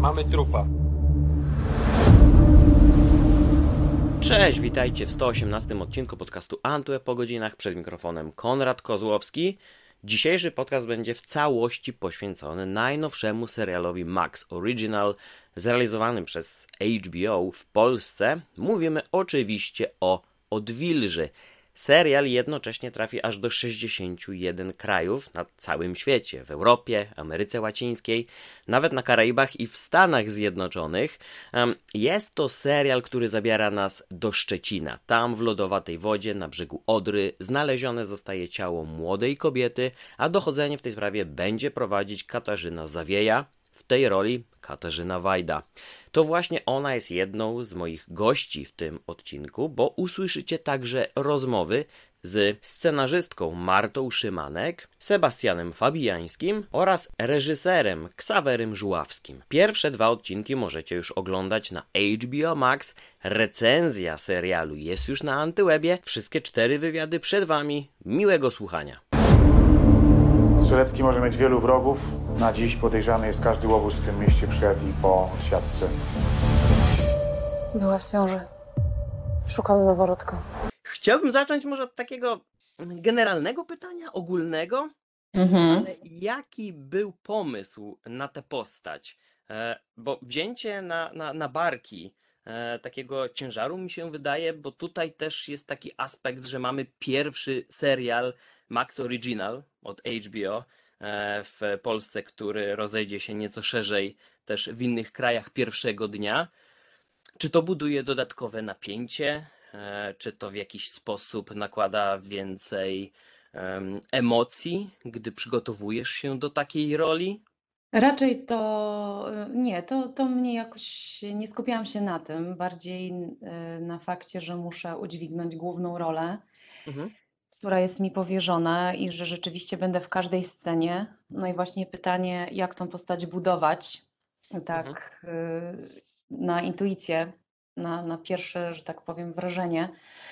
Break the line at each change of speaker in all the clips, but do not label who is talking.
Mamy trupa.
Cześć, witajcie w 118 odcinku podcastu Antweb po godzinach. Przed mikrofonem Konrad Kozłowski. Dzisiejszy podcast będzie w całości poświęcony najnowszemu serialowi Max Original, zrealizowanym przez HBO w Polsce. Mówimy oczywiście o Odwilży. Serial jednocześnie trafi aż do 61 krajów na całym świecie, w Europie, Ameryce Łacińskiej, nawet na Karaibach i w Stanach Zjednoczonych. Jest to serial, który zabiera nas do Szczecina. Tam w lodowatej wodzie na brzegu Odry znalezione zostaje ciało młodej kobiety, a dochodzenie w tej sprawie będzie prowadzić Katarzyna Zawieja, w tej roli Katarzyna Wajda. To właśnie ona jest jedną z moich gości w tym odcinku, bo usłyszycie także rozmowy z scenarzystką Martą Szymanek, Sebastianem Fabiańskim oraz reżyserem Ksawerym Żuławskim. Pierwsze dwa odcinki możecie już oglądać na HBO Max. Recenzja serialu jest już na Antywebie. Wszystkie 4 wywiady przed wami. Miłego słuchania.
Strzelecki może mieć wielu wrogów. Na dziś podejrzany jest każdy łobuz w tym mieście przed i po siatce.
Była w ciąży. Szukam noworodka.
Chciałbym zacząć może od takiego generalnego pytania, ogólnego, ale jaki był pomysł na tę postać? Bo wzięcie na barki takiego ciężaru mi się wydaje, bo tutaj też jest taki aspekt, że mamy pierwszy serial Max Original od HBO w Polsce, który rozejdzie się nieco szerzej też w innych krajach pierwszego dnia. Czy to buduje dodatkowe napięcie? Czy to w jakiś sposób nakłada więcej emocji, gdy przygotowujesz się do takiej roli?
Raczej to nie, to mnie jakoś nie skupiałam się na tym, bardziej na fakcie, że muszę udźwignąć główną rolę,
Mhm,
która jest mi powierzona i że rzeczywiście będę w każdej scenie. No i właśnie pytanie, jak tą postać budować,
mhm,
tak na intuicję, na pierwsze, że tak powiem, wrażenie.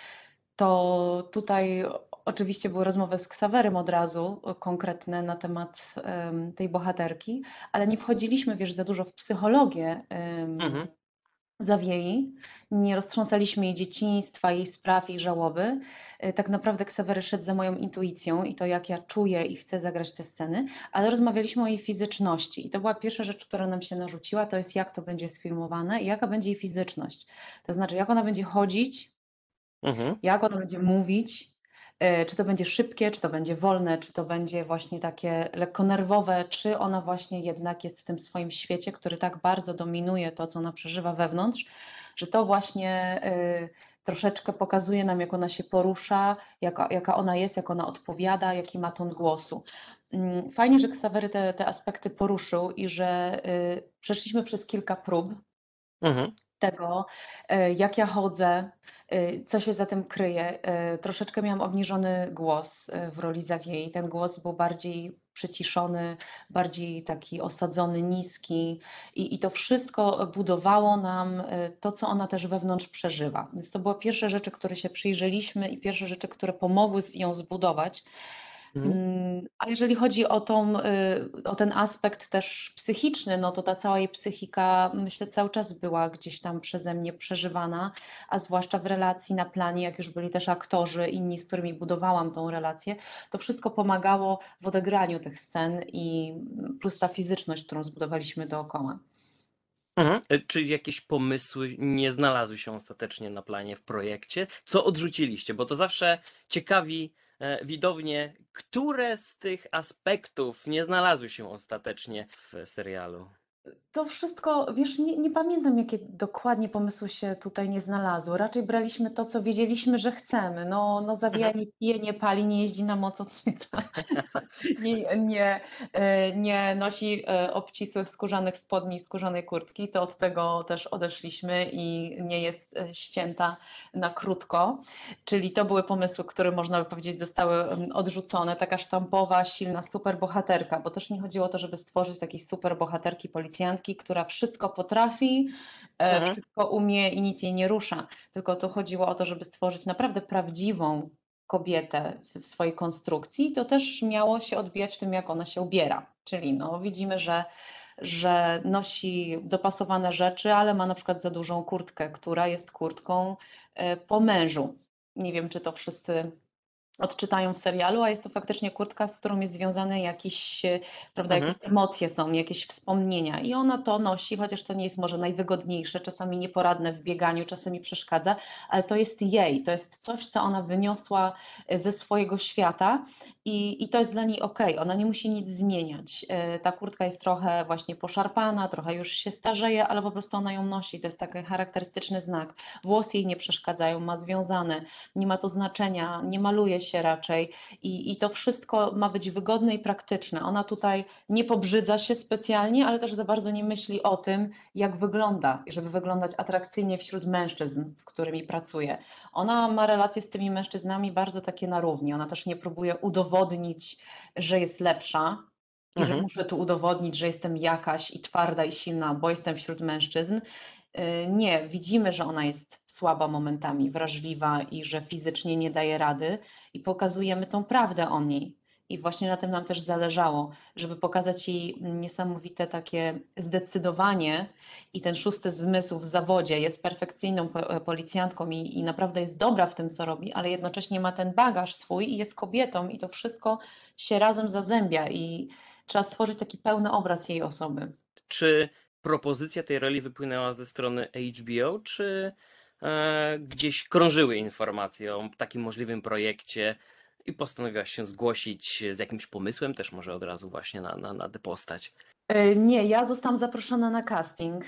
To tutaj oczywiście były rozmowy z Ksawerym od razu, konkretne na temat tej bohaterki, ale nie wchodziliśmy, wiesz, za dużo w psychologię
mhm,
Zawiei, nie roztrząsaliśmy jej dzieciństwa, jej spraw, jej żałoby. Tak naprawdę Ksawery szedł za moją intuicją i to, jak ja czuję i chcę zagrać te sceny, ale rozmawialiśmy o jej fizyczności i to była pierwsza rzecz, która nam się narzuciła, to jest jak to będzie sfilmowane i jaka będzie jej fizyczność. To znaczy, jak ona będzie chodzić,
mhm.
jak ona będzie mówić, czy to będzie szybkie, czy to będzie wolne, czy to będzie właśnie takie lekko nerwowe, czy ona właśnie jednak jest w tym swoim świecie, który tak bardzo dominuje to, co ona przeżywa wewnątrz, że to właśnie troszeczkę pokazuje nam, jak ona się porusza, jaka ona jest, jak ona odpowiada, jaki ma ton głosu. Fajnie, że Ksawery te aspekty poruszył i że przeszliśmy przez kilka prób
Mhm.
tego, jak ja chodzę, co się za tym kryje. Troszeczkę miałam obniżony głos w roli Zawiei. Ten głos był bardziej przyciszony, bardziej taki osadzony, niski i to wszystko budowało nam to, co ona też wewnątrz przeżywa. Więc to były pierwsze rzeczy, które się przyjrzeliśmy i pierwsze rzeczy, które pomogły ją zbudować.
Mhm.
A jeżeli chodzi o ten aspekt też psychiczny, no to ta cała jej psychika, myślę, cały czas była gdzieś tam przeze mnie przeżywana, a zwłaszcza w relacji na planie, jak już byli też aktorzy inni, z którymi budowałam tą relację, to wszystko pomagało w odegraniu tych scen i plus ta fizyczność, którą zbudowaliśmy dookoła.
Mhm. Czy jakieś pomysły nie znalazły się ostatecznie na planie w projekcie? Co odrzuciliście? Bo to zawsze ciekawi widownię, które z tych aspektów nie znalazły się ostatecznie w serialu.
To wszystko, wiesz, nie pamiętam, jakie dokładnie pomysły się tutaj nie znalazły. Raczej braliśmy to, co wiedzieliśmy, że chcemy. No Zawija
Mhm.
nie pije, nie pali, nie jeździ na motocyklach, nie nosi obcisłych skórzanych spodni, skórzanej kurtki. To od tego też odeszliśmy i nie jest ścięta na krótko. Czyli to były pomysły, które można by powiedzieć zostały odrzucone. Taka sztampowa, silna superbohaterka, bo też nie chodziło o to, żeby stworzyć takiej superbohaterki policjantki, która wszystko potrafi,
Mhm.
wszystko umie i nic jej nie rusza. Tylko tu chodziło o to, żeby stworzyć naprawdę prawdziwą kobietę w swojej konstrukcji. To też miało się odbijać w tym, jak ona się ubiera. Czyli no, widzimy, że że nosi dopasowane rzeczy, ale ma na przykład za dużą kurtkę, która jest kurtką po mężu. Nie wiem, czy to wszyscy odczytają w serialu, a jest to faktycznie kurtka, z którą jest związane jakiś, prawda, jakieś
Mhm.
emocje są, jakieś wspomnienia i ona to nosi, chociaż to nie jest może najwygodniejsze, czasami nieporadne w bieganiu, czasami przeszkadza, ale to jest jej, to jest coś, co ona wyniosła ze swojego świata i to jest dla niej okej, ona nie musi nic zmieniać. Ta kurtka jest trochę właśnie poszarpana, trochę już się starzeje, ale po prostu ona ją nosi, to jest taki charakterystyczny znak. Włosy jej nie przeszkadzają, ma związane, nie ma to znaczenia, nie maluje się raczej i to wszystko ma być wygodne i praktyczne. Ona tutaj nie pobrzydza się specjalnie, ale też za bardzo nie myśli o tym, jak wygląda, żeby wyglądać atrakcyjnie wśród mężczyzn, z którymi pracuje. Ona ma relacje z tymi mężczyznami bardzo takie na równi. Ona też nie próbuje udowodnić, że jest lepsza i że
Mhm.
muszę tu udowodnić, że jestem jakaś i twarda i silna, bo jestem wśród mężczyzn. Nie, widzimy, że ona jest słaba momentami, wrażliwa i że fizycznie nie daje rady i pokazujemy tą prawdę o niej. I właśnie na tym nam też zależało, żeby pokazać jej niesamowite takie zdecydowanie i ten szósty zmysł w zawodzie. Jest perfekcyjną policjantką i naprawdę jest dobra w tym, co robi, ale jednocześnie ma ten bagaż swój i jest kobietą i to wszystko się razem zazębia i trzeba stworzyć taki pełny obraz jej osoby.
Czy propozycja tej roli wypłynęła ze strony HBO, czy gdzieś krążyły informacje o takim możliwym projekcie i postanowiłaś się zgłosić z jakimś pomysłem, też może od razu właśnie na tę postać?
Nie, ja zostałam zaproszona na casting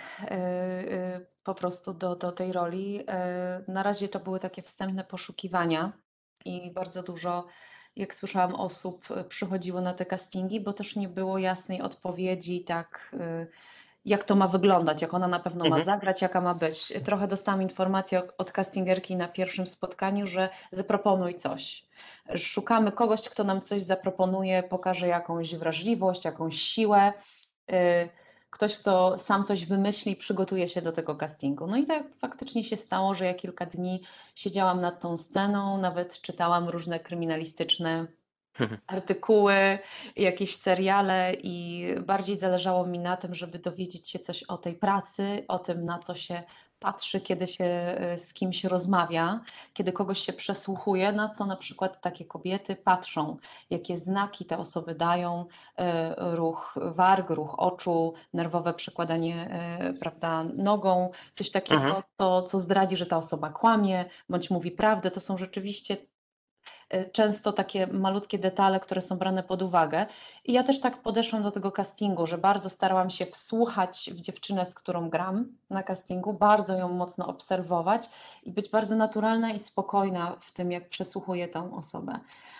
po prostu do tej roli. Na razie to były takie wstępne poszukiwania i bardzo dużo, jak słyszałam, osób przychodziło na te castingi, bo też nie było jasnej odpowiedzi, tak, jak to ma wyglądać, jak ona na pewno ma
Mhm.
zagrać, jaka ma być. Trochę dostałam informację od castingerki na pierwszym spotkaniu, że zaproponuj coś. Szukamy kogoś, kto nam coś zaproponuje, pokaże jakąś wrażliwość, jakąś siłę. Ktoś, kto sam coś wymyśli i przygotuje się do tego castingu. No i tak faktycznie się stało, że ja kilka dni siedziałam nad tą sceną, nawet czytałam różne kryminalistyczne artykuły, jakieś seriale i bardziej zależało mi na tym, żeby dowiedzieć się coś o tej pracy, o tym, na co się patrzy, kiedy się z kimś rozmawia, kiedy kogoś się przesłuchuje, na co na przykład takie kobiety patrzą, jakie znaki te osoby dają, ruch warg, ruch oczu, nerwowe przekładanie, prawda, nogą, coś
Mhm.
takiego, co zdradzi, że ta osoba kłamie, bądź mówi prawdę. To są rzeczywiście często takie malutkie detale, które są brane pod uwagę. I ja też tak podeszłam do tego castingu, że bardzo starałam się wsłuchać w dziewczynę, z którą gram na castingu, bardzo ją mocno obserwować i być bardzo naturalna i spokojna w tym, jak przesłuchuję tą osobę.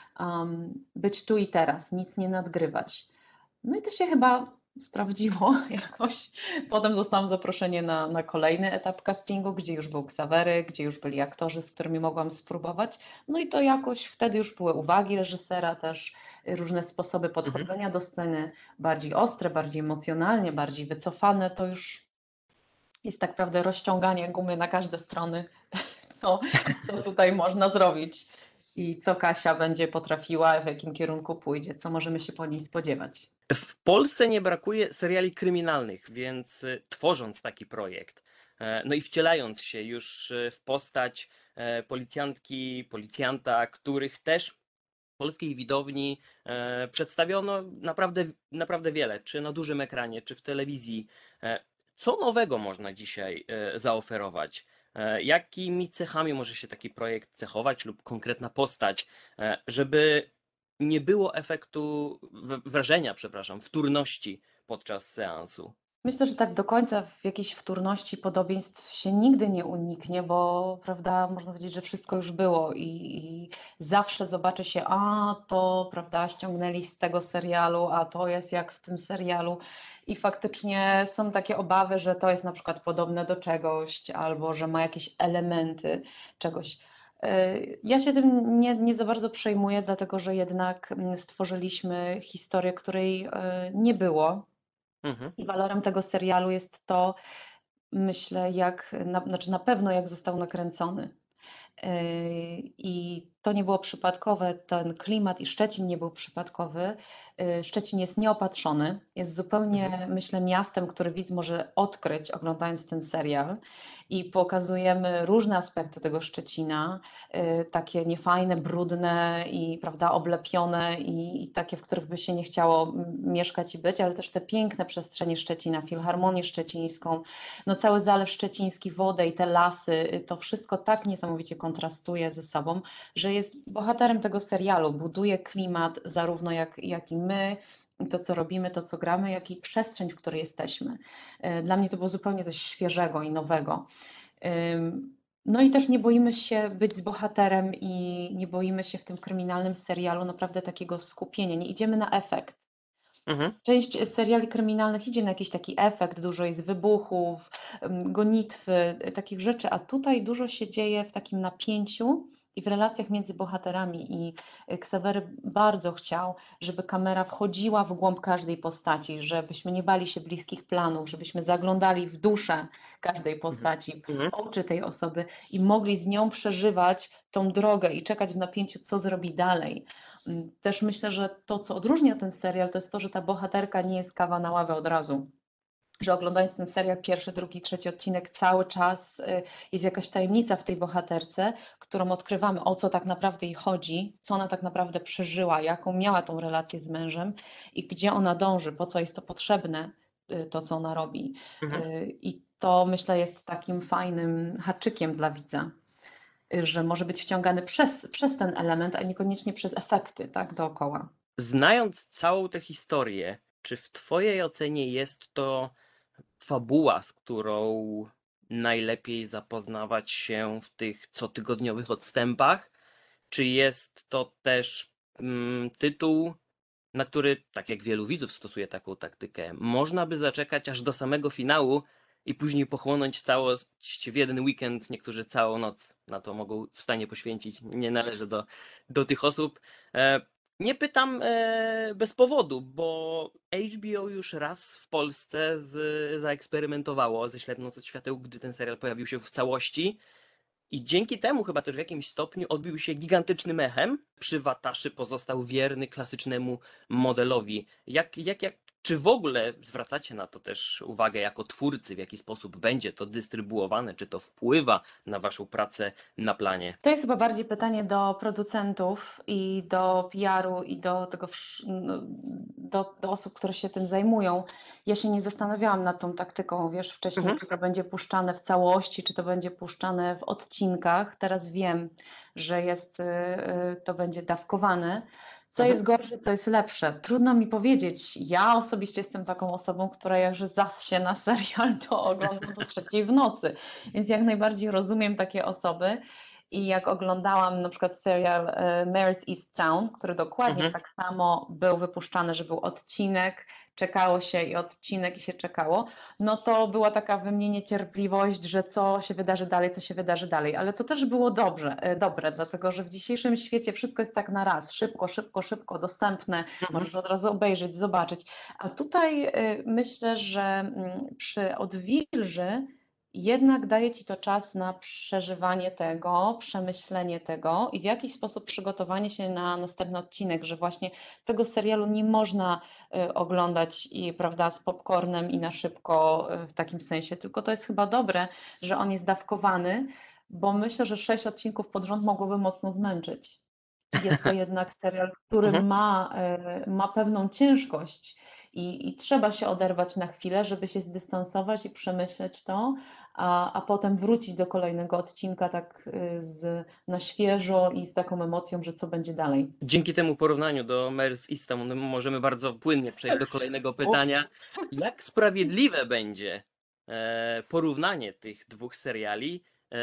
Być tu i teraz, nic nie nadgrywać. No i to się chyba sprawdziło jakoś. Potem zostałam zaproszenie na kolejny etap castingu, gdzie już był Ksawery, gdzie już byli aktorzy, z którymi mogłam spróbować. No i to jakoś wtedy już były uwagi reżysera, też różne sposoby
Mhm.
podchodzenia do sceny, bardziej ostre, bardziej emocjonalnie, bardziej wycofane. To już jest tak naprawdę rozciąganie gumy na każde strony, co, co tutaj można zrobić i co Kasia będzie potrafiła, w jakim kierunku pójdzie, co możemy się po niej spodziewać.
W Polsce nie brakuje seriali kryminalnych, więc tworząc taki projekt, no i wcielając się już w postać policjantki, policjanta, których też w polskiej widowni przedstawiono naprawdę wiele, czy na dużym ekranie, czy w telewizji. Co nowego można dzisiaj zaoferować? Jakimi cechami może się taki projekt cechować lub konkretna postać, żeby nie było efektu wrażenia, przepraszam, wtórności podczas seansu?
Myślę, że tak do końca w jakiejś wtórności podobieństw się nigdy nie uniknie, bo prawda, można powiedzieć, że wszystko już było i zawsze zobaczy się, a to prawda, ściągnęli z tego serialu, a to jest jak w tym serialu. I faktycznie są takie obawy, że to jest na przykład podobne do czegoś, albo że ma jakieś elementy czegoś. Ja się tym nie za bardzo przejmuję, dlatego że jednak stworzyliśmy historię, której nie było.
Mhm.
I walorem tego serialu jest to, myślę, znaczy na pewno jak został nakręcony. I to nie było przypadkowe, ten klimat i Szczecin nie był przypadkowy. Szczecin jest nieopatrzony, jest zupełnie, myślę, miastem, który widz może odkryć, oglądając ten serial. I pokazujemy różne aspekty tego Szczecina, takie niefajne, brudne i prawda, oblepione i takie, w których by się nie chciało mieszkać i być, ale też te piękne przestrzenie Szczecina, Filharmonię Szczecińską, no cały Zalew Szczeciński, wodę i te lasy, to wszystko tak niesamowicie kontrastuje ze sobą, że jest bohaterem tego serialu, buduje klimat zarówno jak i my, to co robimy, to co gramy, jak i przestrzeń, w której jesteśmy. Dla mnie to było zupełnie coś świeżego i nowego. No i też nie boimy się być z bohaterem i nie boimy się w tym kryminalnym serialu naprawdę takiego skupienia, nie idziemy na efekt.
Mhm.
Część seriali kryminalnych idzie na jakiś taki efekt, dużo jest wybuchów, gonitwy, takich rzeczy, a tutaj dużo się dzieje w takim napięciu i w relacjach między bohaterami i Ksawery bardzo chciał, żeby kamera wchodziła w głąb każdej postaci, żebyśmy nie bali się bliskich planów, żebyśmy zaglądali w duszę każdej postaci,
Mhm.
w oczy tej osoby i mogli z nią przeżywać tą drogę i czekać w napięciu, co zrobi dalej. Też myślę, że to, co odróżnia ten serial, to jest to, że ta bohaterka nie jest kawa na ławę od razu. Że oglądając ten serial, pierwszy, drugi, trzeci odcinek, cały czas jest jakaś tajemnica w tej bohaterce, którą odkrywamy, o co tak naprawdę jej chodzi, co ona tak naprawdę przeżyła, jaką miała tą relację z mężem i gdzie ona dąży, po co jest to potrzebne, to co ona robi.
Mhm.
I to myślę jest takim fajnym haczykiem dla widza, że może być wciągany przez ten element, a niekoniecznie przez efekty, tak, dookoła.
Znając całą tę historię, czy w twojej ocenie jest to fabuła, z którą najlepiej zapoznawać się w tych cotygodniowych odstępach? Czy jest to też tytuł, na który, tak jak wielu widzów stosuje taką taktykę, można by zaczekać aż do samego finału i później pochłonąć całość w jeden weekend? Niektórzy całą noc na to mogą w stanie poświęcić. Nie należę do tych osób. Nie pytam bez powodu, bo HBO już raz w Polsce zaeksperymentowało ze Ślepnąc od świateł, gdy ten serial pojawił się w całości. I dzięki temu chyba też w jakimś stopniu odbił się gigantycznym echem. Przy Wataszy pozostał wierny klasycznemu modelowi. Czy w ogóle zwracacie na to też uwagę jako twórcy, w jaki sposób będzie to dystrybuowane, czy to wpływa na waszą pracę na planie?
To jest chyba bardziej pytanie do producentów i do PR-u i do tego, no, do osób, które się tym zajmują. Ja się nie zastanawiałam nad tą taktyką, wiesz, wcześniej,
Mhm.
czy to będzie puszczane w całości, czy to będzie puszczane w odcinkach. Teraz wiem, że to będzie dawkowane. Co
Mhm.
jest gorsze, co jest lepsze? Trudno mi powiedzieć. Ja osobiście jestem taką osobą, która jak już się na serial, to oglądam do 3 w nocy. Więc jak najbardziej rozumiem takie osoby. I jak oglądałam na przykład serial Mayor's Easttown, który dokładnie
Mhm.
tak samo był wypuszczany, że był odcinek, czekało się i odcinek i się czekało, no to była taka we mnie niecierpliwość, że co się wydarzy dalej, co się wydarzy dalej. Ale to też było dobre, dlatego że w dzisiejszym świecie wszystko jest tak na raz, szybko, szybko, szybko, dostępne,
Mhm.
możesz od razu obejrzeć, zobaczyć. A tutaj myślę, że przy Odwilży jednak daje Ci to czas na przeżywanie tego, przemyślenie tego i w jakiś sposób przygotowanie się na następny odcinek, że właśnie tego serialu nie można oglądać i, prawda, z popcornem i na szybko w takim sensie, tylko to jest chyba dobre, że on jest dawkowany, bo myślę, że 6 odcinków pod rząd mogłoby mocno zmęczyć. Jest to jednak serial, który
Mhm.
ma pewną ciężkość i trzeba się oderwać na chwilę, żeby się zdystansować i przemyśleć to, a potem wrócić do kolejnego odcinka tak na świeżo i z taką emocją, że co będzie dalej.
Dzięki temu porównaniu do Mayor's Easttown możemy bardzo płynnie przejść do kolejnego pytania. Jak sprawiedliwe będzie porównanie tych dwóch seriali?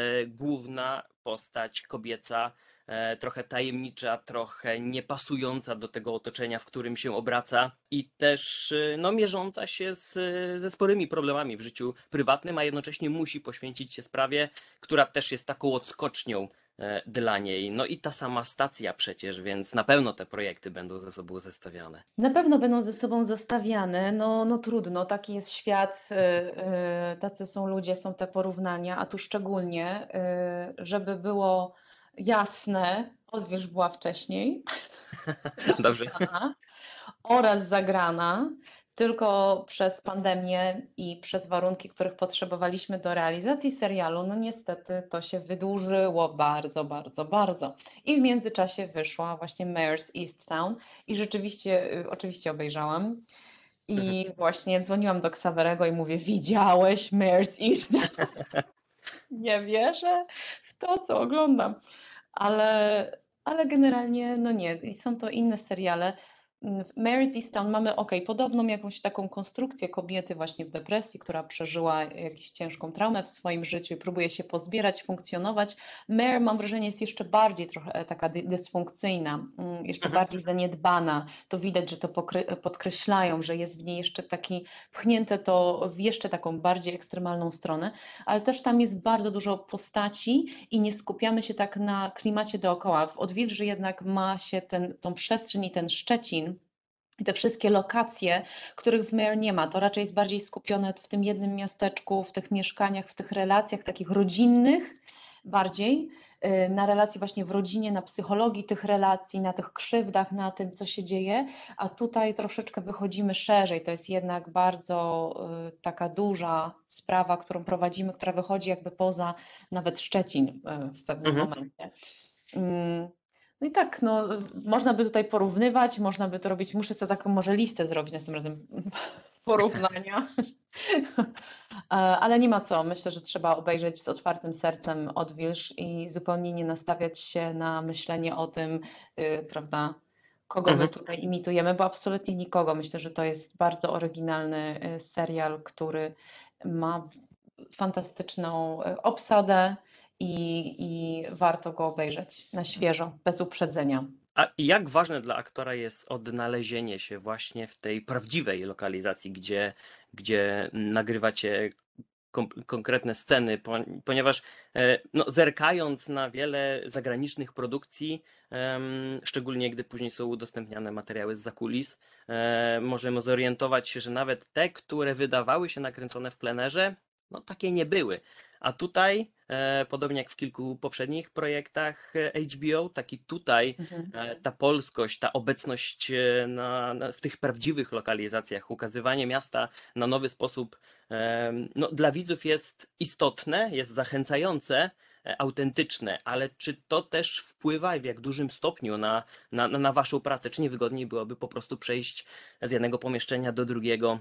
Główna postać kobieca, trochę tajemnicza, trochę niepasująca do tego otoczenia, w którym się obraca i też no, mierząca się ze sporymi problemami w życiu prywatnym, a jednocześnie musi poświęcić się sprawie, która też jest taką odskocznią dla niej. No i ta sama stacja przecież, więc na pewno te projekty będą ze sobą zestawiane.
Na pewno będą ze sobą zestawiane, no trudno, taki jest świat, tacy są ludzie, są te porównania, a tu szczególnie, żeby było Jasne, Odwilż była wcześniej
Dobrze.
napisana oraz zagrana, tylko przez pandemię i przez warunki, których potrzebowaliśmy do realizacji serialu, no niestety to się wydłużyło bardzo, bardzo, bardzo. I w międzyczasie wyszła właśnie Mayor's Easttown i rzeczywiście, oczywiście obejrzałam.
Mhm.
I właśnie dzwoniłam do Ksawerego i mówię, widziałeś Mayor's Easttown? Nie wierzę w to, co oglądam. Ale generalnie, no nie, i są to inne seriale. W Mary's Easttown mamy, podobną jakąś taką konstrukcję kobiety właśnie w depresji, która przeżyła jakąś ciężką traumę w swoim życiu i próbuje się pozbierać, funkcjonować. Mare, mam wrażenie, jest jeszcze bardziej trochę taka dysfunkcyjna, jeszcze
Mhm.
bardziej zaniedbana. To widać, że to podkreślają, że jest w niej jeszcze taki pchnięte to w jeszcze taką bardziej ekstremalną stronę, ale też tam jest bardzo dużo postaci i nie skupiamy się tak na klimacie dookoła. W Odwilży jednak ma się tą przestrzeń i ten Szczecin i te wszystkie lokacje, których w Mare nie ma. To raczej jest bardziej skupione w tym jednym miasteczku, w tych mieszkaniach, w tych relacjach takich rodzinnych bardziej, na relacji właśnie w rodzinie, na psychologii tych relacji, na tych krzywdach, na tym, co się dzieje, a tutaj troszeczkę wychodzimy szerzej. To jest jednak bardzo taka duża sprawa, którą prowadzimy, która wychodzi jakby poza nawet Szczecin w pewnym
Mhm.
momencie. Mm, No i tak, no, można by tutaj porównywać, można by to robić, muszę sobie taką może listę zrobić następnym razem porównania. Ale nie ma co, myślę, że trzeba obejrzeć z otwartym sercem Odwilż i zupełnie nie nastawiać się na myślenie o tym, prawda, kogo my
Mhm.
tutaj imitujemy, bo absolutnie nikogo. Myślę, że to jest bardzo oryginalny serial, który ma fantastyczną obsadę i warto go obejrzeć na świeżo, bez uprzedzenia.
A jak ważne dla aktora jest odnalezienie się właśnie w tej prawdziwej lokalizacji, gdzie nagrywacie konkretne sceny, ponieważ no, zerkając na wiele zagranicznych produkcji, szczególnie gdy później są udostępniane materiały z zakulis, możemy zorientować się, że nawet te, które wydawały się nakręcone w plenerze, no takie nie były. A tutaj, podobnie jak w kilku poprzednich projektach HBO, tak i tutaj
Mhm.
ta polskość, ta obecność w tych prawdziwych lokalizacjach, ukazywanie miasta na nowy sposób, no, dla widzów jest istotne, jest zachęcające, autentyczne, ale czy to też wpływa i w jak dużym stopniu na waszą pracę? Czy nie wygodniej byłoby po prostu przejść z jednego pomieszczenia do drugiego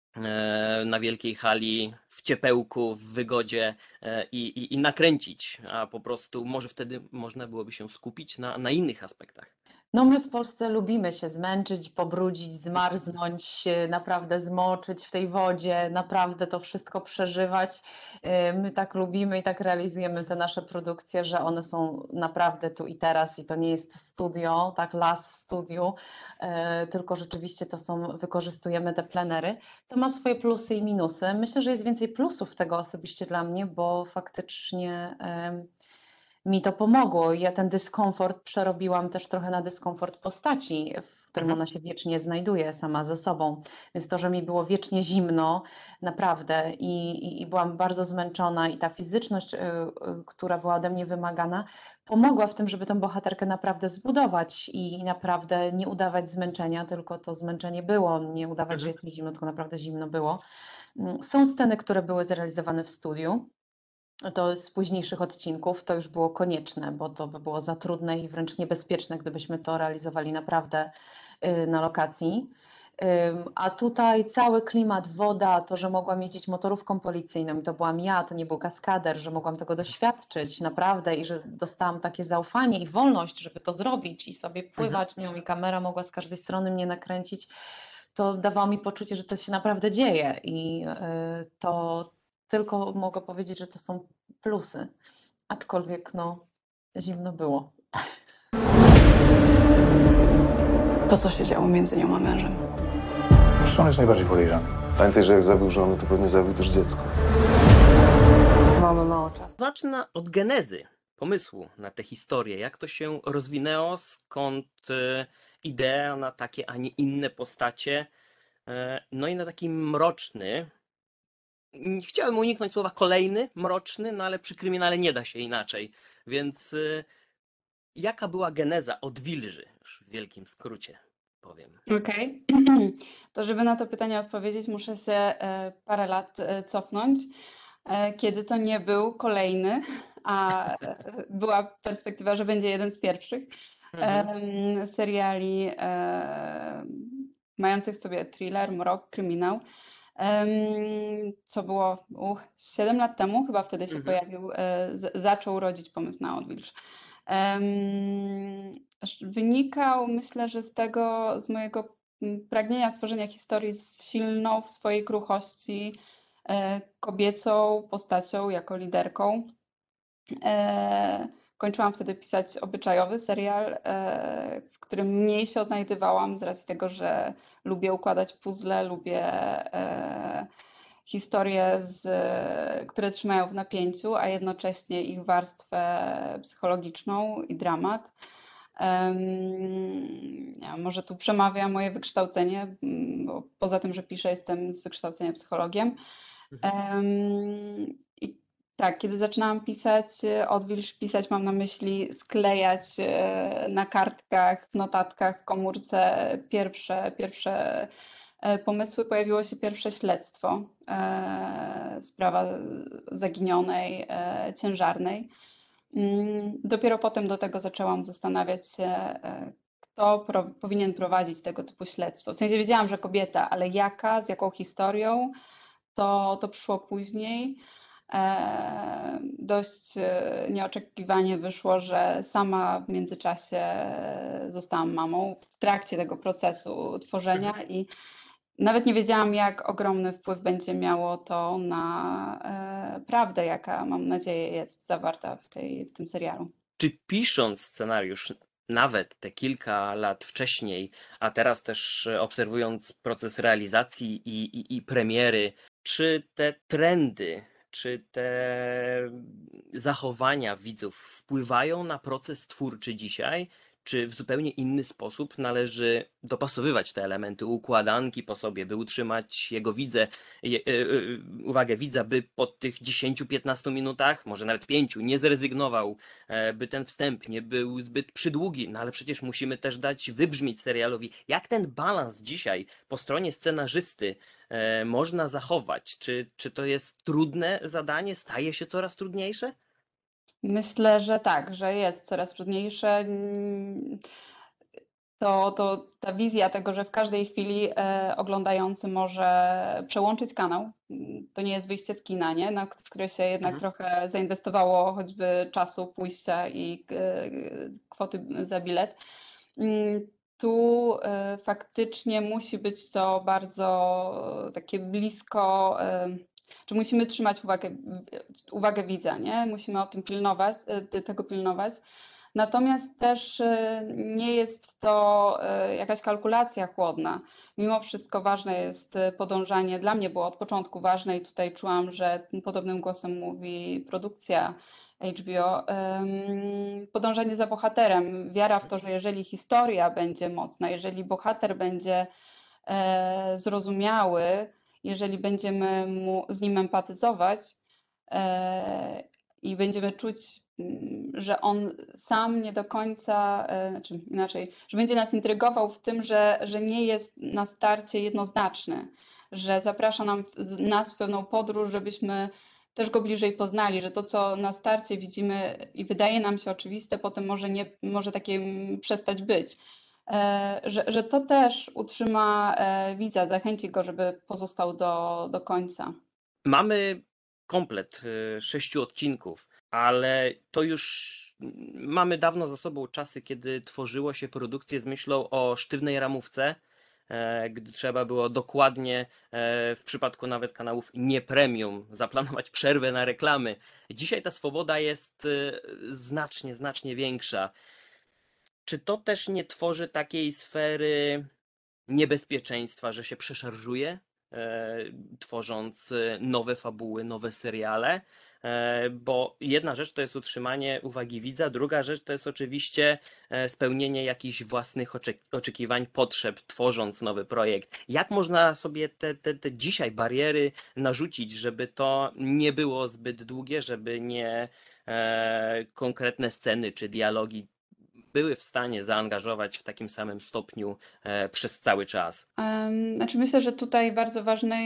na wielkiej hali, w ciepełku, w wygodzie i nakręcić, a po prostu może wtedy można byłoby się skupić na innych aspektach.
No my w Polsce lubimy się zmęczyć, pobrudzić, zmarznąć, się naprawdę zmoczyć w tej wodzie, naprawdę to wszystko przeżywać. My tak lubimy i tak realizujemy te nasze produkcje, że one są naprawdę tu i teraz i to nie jest studio, tak, las w studiu, tylko rzeczywiście wykorzystujemy te plenery. To ma swoje plusy i minusy. Myślę, że jest więcej plusów tego osobiście dla mnie, bo faktycznie mi to pomogło. Ja ten dyskomfort przerobiłam też trochę na dyskomfort postaci, w którym
Mhm.
ona się wiecznie znajduje sama ze sobą. Więc to, że mi było wiecznie zimno, naprawdę, i byłam bardzo zmęczona, i ta fizyczność, która była ode mnie wymagana, pomogła w tym, żeby tę bohaterkę naprawdę zbudować i naprawdę nie udawać zmęczenia, tylko to zmęczenie było, nie udawać, że
Mhm.
jest mi zimno, tylko naprawdę zimno było. Są sceny, które były zrealizowane w studiu. To z późniejszych odcinków to już było konieczne, bo to by było za trudne i wręcz niebezpieczne, gdybyśmy to realizowali naprawdę na lokacji. A tutaj cały klimat, woda, to, że mogłam jeździć motorówką policyjną i to byłam ja, to nie był kaskader, że mogłam tego doświadczyć naprawdę i że dostałam takie zaufanie i wolność, żeby to zrobić i sobie
Mhm.
pływać nią i kamera mogła z każdej strony mnie nakręcić, to dawało mi poczucie, że to się naprawdę dzieje i to tylko mogę powiedzieć, że to są plusy, aczkolwiek no zimno było.
To, co się działo między nią a mężem.
Zresztą on jest najbardziej podejrzany.
Pamiętaj, że jak zabił żonę, to pewnie zabił też dziecko.
Mamy mało czasu.
Zacznę od genezy, pomysłu na tę historię. Jak to się rozwinęło, skąd idea na takie, a nie inne postacie, no i na taki mroczny, chciałem uniknąć słowa kolejny, mroczny, no ale przy kryminale nie da się inaczej, więc Jaka była geneza Odwilży? Już w wielkim skrócie powiem.
Okej. To żeby na to pytanie odpowiedzieć, muszę się parę lat cofnąć, kiedy to nie był kolejny, a była perspektywa, że będzie jeden z pierwszych seriali mających w sobie thriller, mrok, kryminał. Co było 7 lat temu, chyba wtedy się pojawił, zaczął rodzić pomysł na Odwilż. Wynikał, myślę, że z mojego pragnienia stworzenia historii z silną w swojej kruchości kobiecą postacią jako liderką. Kończyłam wtedy pisać obyczajowy serial, w którym mniej się odnajdywałam z racji tego, że lubię układać puzzle, lubię historie, które trzymają w napięciu, a jednocześnie ich warstwę psychologiczną i dramat. Może tu przemawia moje wykształcenie, bo poza tym, że piszę, jestem z wykształcenia psychologiem. I tak, kiedy zaczynałam pisać Odwilż, pisać mam na myśli sklejać na kartkach, w notatkach, w komórce pierwsze pomysły, pojawiło się pierwsze śledztwo, sprawa zaginionej, ciężarnej. Dopiero potem do tego zaczęłam zastanawiać się, kto powinien prowadzić tego typu śledztwo. W sensie wiedziałam, że kobieta, ale jaka, z jaką historią, to przyszło później. Dość nieoczekiwanie wyszło, że sama w międzyczasie zostałam mamą w trakcie tego procesu tworzenia i nawet nie wiedziałam, jak ogromny wpływ będzie miało to na prawdę, jaka mam nadzieję jest zawarta w tym serialu.
Czy pisząc scenariusz nawet te kilka lat wcześniej, a teraz też obserwując proces realizacji i premiery, czy te trendy, czy te zachowania widzów wpływają na proces twórczy dzisiaj? Czy w zupełnie inny sposób należy dopasowywać te elementy układanki po sobie, by utrzymać uwagę widza, by po tych 10-15 minutach, może nawet 5, nie zrezygnował, by ten wstęp nie był zbyt przydługi, no ale przecież musimy też dać wybrzmieć serialowi. Jak ten balans dzisiaj po stronie scenarzysty można zachować? Czy to jest trudne zadanie? Staje się coraz trudniejsze?
Myślę, że tak, że jest coraz trudniejsze. To ta wizja tego, że w każdej chwili oglądający może przełączyć kanał, to nie jest wyjście z kina, nie? W które się jednak trochę zainwestowało choćby czasu pójścia i kwoty za bilet. Tu faktycznie musi być to bardzo takie blisko, czy musimy trzymać uwagę widza, nie? Musimy o tym tego pilnować. Natomiast też nie jest to jakaś kalkulacja chłodna. Mimo wszystko ważne jest podążanie, dla mnie było od początku ważne i tutaj czułam, że podobnym głosem mówi produkcja HBO, podążanie za bohaterem, wiara w to, że jeżeli historia będzie mocna, jeżeli bohater będzie zrozumiały, jeżeli będziemy z nim empatyzować i będziemy czuć, że on sam nie do końca, znaczy inaczej, że będzie nas intrygował w tym, że nie jest na starcie jednoznaczny, że zaprasza nas w pewną podróż, żebyśmy też go bliżej poznali, że to, co na starcie widzimy i wydaje nam się oczywiste, potem może takie przestać być. Że to też utrzyma widza, zachęci go, żeby pozostał do końca.
Mamy komplet 6 odcinków, ale to już mamy dawno za sobą czasy, kiedy tworzyło się produkcje z myślą o sztywnej ramówce, gdy trzeba było dokładnie, w przypadku nawet kanałów nie premium, zaplanować przerwę na reklamy. Dzisiaj ta swoboda jest znacznie większa. Czy to też nie tworzy takiej sfery niebezpieczeństwa, że się przeszarżuje, tworząc nowe fabuły, nowe seriale? Bo jedna rzecz to jest utrzymanie uwagi widza, druga rzecz to jest oczywiście spełnienie jakichś własnych oczekiwań, potrzeb, tworząc nowy projekt. Jak można sobie te dzisiaj bariery narzucić, żeby to nie było zbyt długie, żeby nie konkretne sceny czy dialogi były w stanie zaangażować w takim samym stopniu przez cały czas?
Znaczy myślę, że tutaj bardzo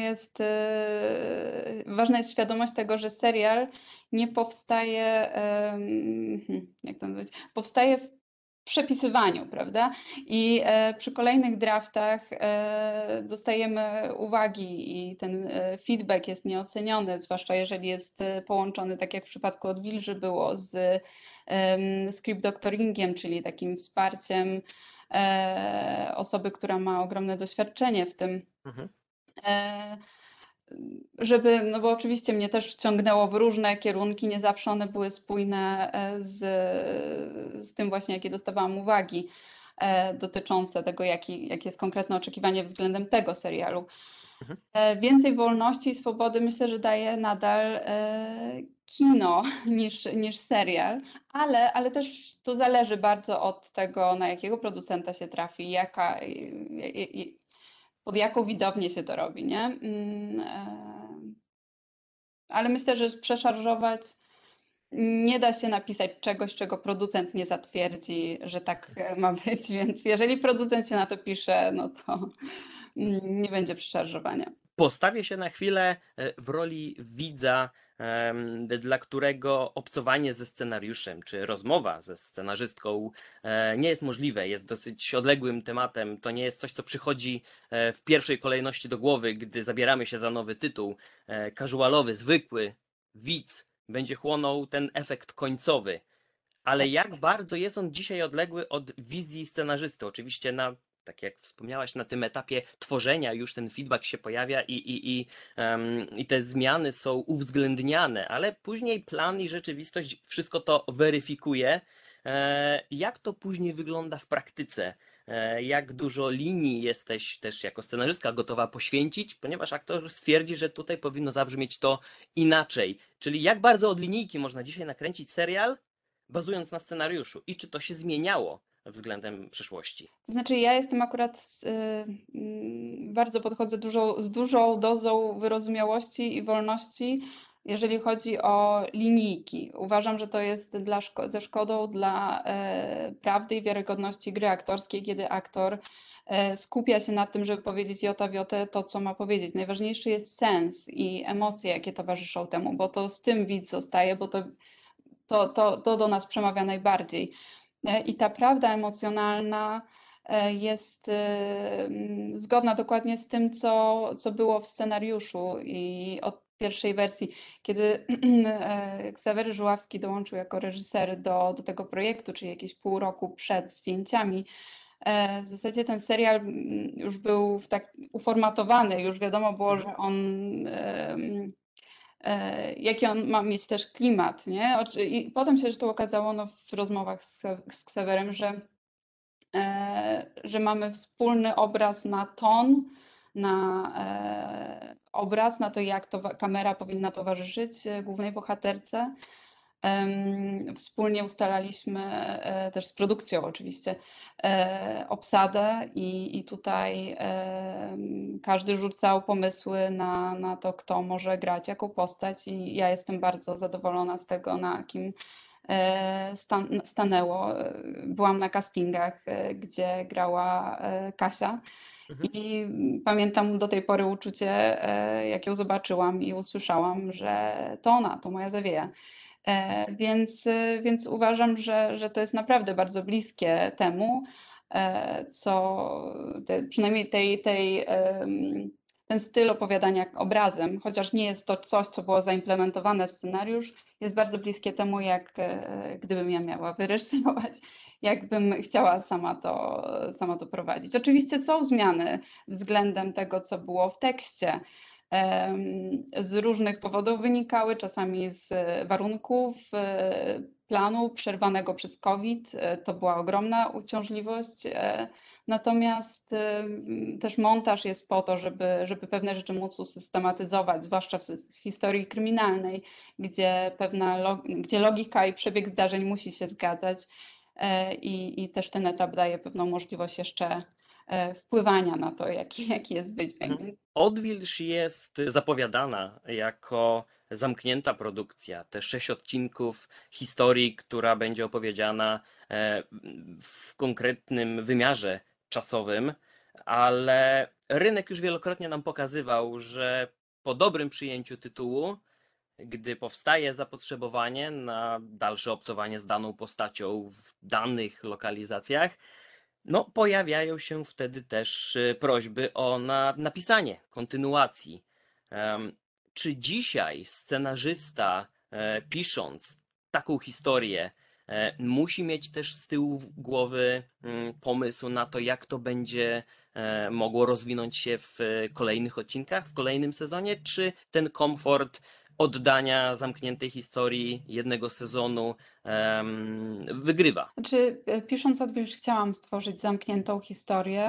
ważna jest świadomość tego, że serial nie powstaje, jak to nazwać, powstaje w przepisywaniu, prawda? I przy kolejnych draftach dostajemy uwagi i ten feedback jest nieoceniony, zwłaszcza jeżeli jest połączony, tak jak w przypadku Odwilży było, z script doctoringiem, czyli takim wsparciem osoby, która ma ogromne doświadczenie w tym.
Mhm.
No bo oczywiście mnie też ciągnęło w różne kierunki, nie zawsze one były spójne z tym właśnie, jakie dostawałam uwagi dotyczące tego, jakie jest konkretne oczekiwanie względem tego serialu.
Mhm.
Więcej wolności i swobody myślę, że daje nadal kino niż serial, ale też to zależy bardzo od tego, na jakiego producenta się trafi, pod jaką widownię się to robi, nie? Ale myślę, że przeszarżować nie da się napisać czegoś, czego producent nie zatwierdzi, że tak ma być, więc jeżeli producent się na to pisze, no to nie będzie przeszarżowania.
Postawię się na chwilę w roli widza, dla którego obcowanie ze scenariuszem, czy rozmowa ze scenarzystką nie jest możliwe, jest dosyć odległym tematem. To nie jest coś, co przychodzi w pierwszej kolejności do głowy, gdy zabieramy się za nowy tytuł. Casualowy, zwykły widz będzie chłonął ten efekt końcowy. Ale jak bardzo jest on dzisiaj odległy od wizji scenarzysty? Oczywiście tak jak wspomniałaś, na tym etapie tworzenia już ten feedback się pojawia i te zmiany są uwzględniane, ale później plan i rzeczywistość wszystko to weryfikuje. Jak to później wygląda w praktyce? Jak dużo linii jesteś też jako scenarzystka gotowa poświęcić, ponieważ aktor stwierdzi, że tutaj powinno zabrzmieć to inaczej. Czyli jak bardzo od linijki można dzisiaj nakręcić serial, bazując na scenariuszu, i czy to się zmieniało względem przyszłości?
To znaczy, ja jestem akurat, bardzo podchodzę z dużą dozą wyrozumiałości i wolności, jeżeli chodzi o linijki. Uważam, że to jest ze szkodą dla prawdy i wiarygodności gry aktorskiej, kiedy aktor skupia się na tym, żeby powiedzieć jota w jotę to, co ma powiedzieć. Najważniejszy jest sens i emocje, jakie towarzyszą temu, bo to z tym widz zostaje, bo to do nas przemawia najbardziej. I ta prawda emocjonalna jest zgodna dokładnie z tym, co było w scenariuszu i od pierwszej wersji. Kiedy Ksawery Żuławski dołączył jako reżyser do tego projektu, czyli jakieś pół roku przed zdjęciami, w zasadzie ten serial już był tak uformatowany, już wiadomo było, że jaki on ma mieć też klimat, nie? I potem się zresztą okazało w rozmowach z Ksawerem, że mamy wspólny obraz na ton, na obraz, na to, jak kamera powinna towarzyszyć głównej bohaterce. Wspólnie ustalaliśmy też z produkcją oczywiście obsadę i tutaj każdy rzucał pomysły na to, kto może grać, jaką postać i ja jestem bardzo zadowolona z tego, na kim stanęło. Byłam na castingach, gdzie grała Kasia i pamiętam do tej pory uczucie, jak ją zobaczyłam i usłyszałam, że to ona, to moja Zawieja. Więc uważam, że to jest naprawdę bardzo bliskie temu, przynajmniej ten styl opowiadania obrazem, chociaż nie jest to coś, co było zaimplementowane w scenariusz, jest bardzo bliskie temu, jak gdybym ja miała wyreżyserować, jakbym chciała sama to prowadzić. Oczywiście są zmiany względem tego, co było w tekście. Z różnych powodów wynikały, czasami z warunków planu przerwanego przez COVID. To była ogromna uciążliwość. Natomiast też montaż jest po to, żeby pewne rzeczy móc usystematyzować, zwłaszcza w historii kryminalnej, gdzie gdzie logika i przebieg zdarzeń musi się zgadzać i też ten etap daje pewną możliwość jeszcze wpływania na to, jaki jest wydźwięk.
Odwilż jest zapowiadana jako zamknięta produkcja, te 6 odcinków historii, która będzie opowiedziana w konkretnym wymiarze czasowym, ale rynek już wielokrotnie nam pokazywał, że po dobrym przyjęciu tytułu, gdy powstaje zapotrzebowanie na dalsze obcowanie z daną postacią w danych lokalizacjach, no pojawiają się wtedy też prośby o napisanie kontynuacji. Czy dzisiaj scenarzysta, pisząc taką historię, musi mieć też z tyłu głowy pomysł na to, jak to będzie mogło rozwinąć się w kolejnych odcinkach, w kolejnym sezonie, czy ten komfort oddania zamkniętej historii jednego sezonu wygrywa?
Znaczy, pisząc Odwilż chciałam stworzyć zamkniętą historię,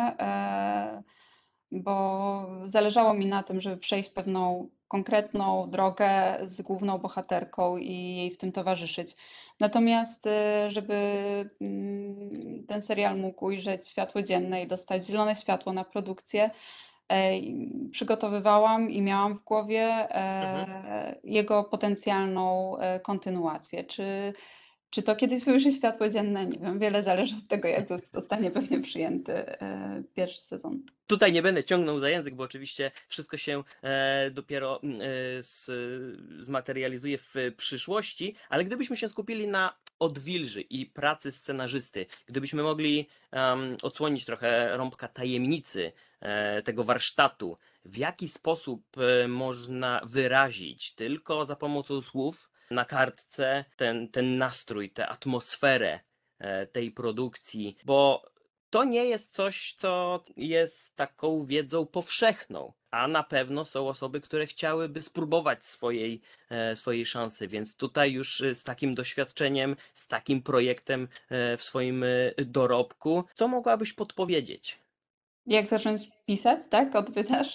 bo zależało mi na tym, żeby przejść pewną konkretną drogę z główną bohaterką i jej w tym towarzyszyć. Natomiast, żeby ten serial mógł ujrzeć światło dzienne i dostać zielone światło na produkcję, przygotowywałam i miałam w głowie jego potencjalną kontynuację. Czy to kiedyś ujrzy światło dzienne? Nie wiem. Wiele zależy od tego, jak zostanie pewnie przyjęty pierwszy sezon.
Tutaj nie będę ciągnął za język, bo oczywiście wszystko się dopiero zmaterializuje w przyszłości, ale gdybyśmy się skupili na Odwilży i pracy scenarzysty, gdybyśmy mogli odsłonić trochę rąbka tajemnicy tego warsztatu, w jaki sposób można wyrazić tylko za pomocą słów na kartce ten nastrój, tę atmosferę tej produkcji, bo to nie jest coś, co jest taką wiedzą powszechną, a na pewno są osoby, które chciałyby spróbować swojej szansy, więc tutaj już z takim doświadczeniem, z takim projektem w swoim dorobku, co mogłabyś podpowiedzieć?
Jak zacząć pisać, tak? Odpytasz?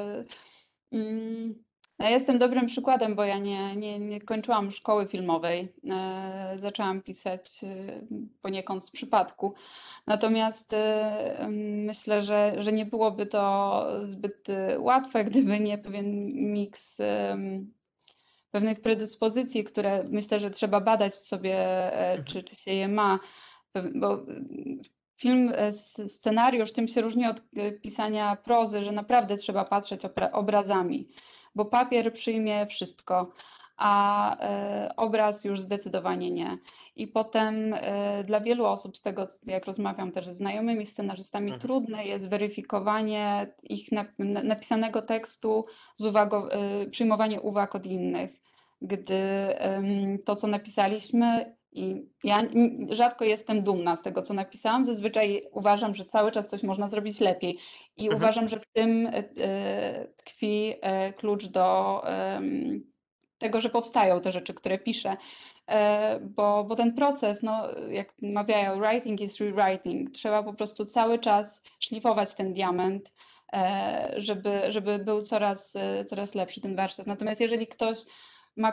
Ja jestem dobrym przykładem, bo ja nie kończyłam szkoły filmowej. Zaczęłam pisać poniekąd z przypadku. Natomiast myślę, że nie byłoby to zbyt łatwe, gdyby nie pewien miks pewnych predyspozycji, które myślę, że trzeba badać w sobie, czy się je ma. Bo film, scenariusz tym się różni od pisania prozy, że naprawdę trzeba patrzeć obrazami, bo papier przyjmie wszystko, a obraz już zdecydowanie nie. I potem dla wielu osób, z tego jak rozmawiam też ze znajomymi scenarzystami, trudne jest weryfikowanie ich napisanego tekstu, przyjmowanie uwag od innych, gdy to, co napisaliśmy, i ja rzadko jestem dumna z tego, co napisałam. Zazwyczaj uważam, że cały czas coś można zrobić lepiej. I uważam, że w tym tkwi klucz do tego, że powstają te rzeczy, które piszę. Bo ten proces, no, jak mawiają, writing is rewriting. Trzeba po prostu cały czas szlifować ten diament, żeby był coraz lepszy ten warsztat. Natomiast jeżeli ktoś ma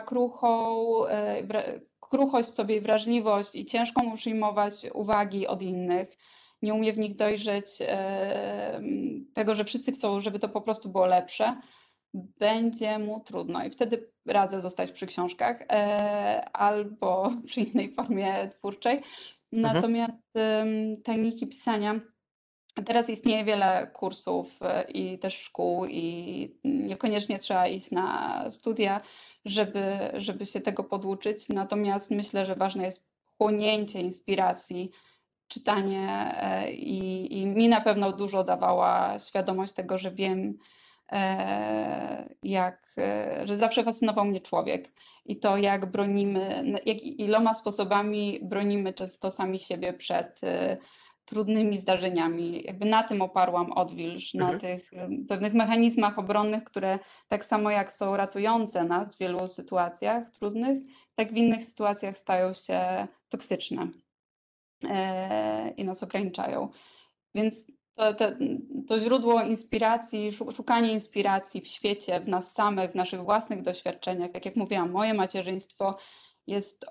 kruchość w sobie, wrażliwość i ciężko mu przyjmować uwagi od innych, nie umie w nich dojrzeć tego, że wszyscy chcą, żeby to po prostu było lepsze, będzie mu trudno i wtedy radzę zostać przy książkach albo przy innej formie twórczej. Natomiast techniki pisania, teraz istnieje wiele kursów i też szkół i niekoniecznie trzeba iść na studia, żeby się tego poduczyć. Natomiast myślę, że ważne jest chłonięcie inspiracji, czytanie i mi na pewno dużo dawała świadomość tego, że wiem, że zawsze fascynował mnie człowiek i to, jak bronimy, iloma sposobami bronimy często sami siebie przed trudnymi zdarzeniami. Jakby na tym oparłam Odwilż, na tych pewnych mechanizmach obronnych, które tak samo jak są ratujące nas w wielu sytuacjach trudnych, tak w innych sytuacjach stają się toksyczne i nas ograniczają. Więc to źródło inspiracji, szukanie inspiracji w świecie, w nas samych, w naszych własnych doświadczeniach, tak jak mówiłam, moje macierzyństwo jest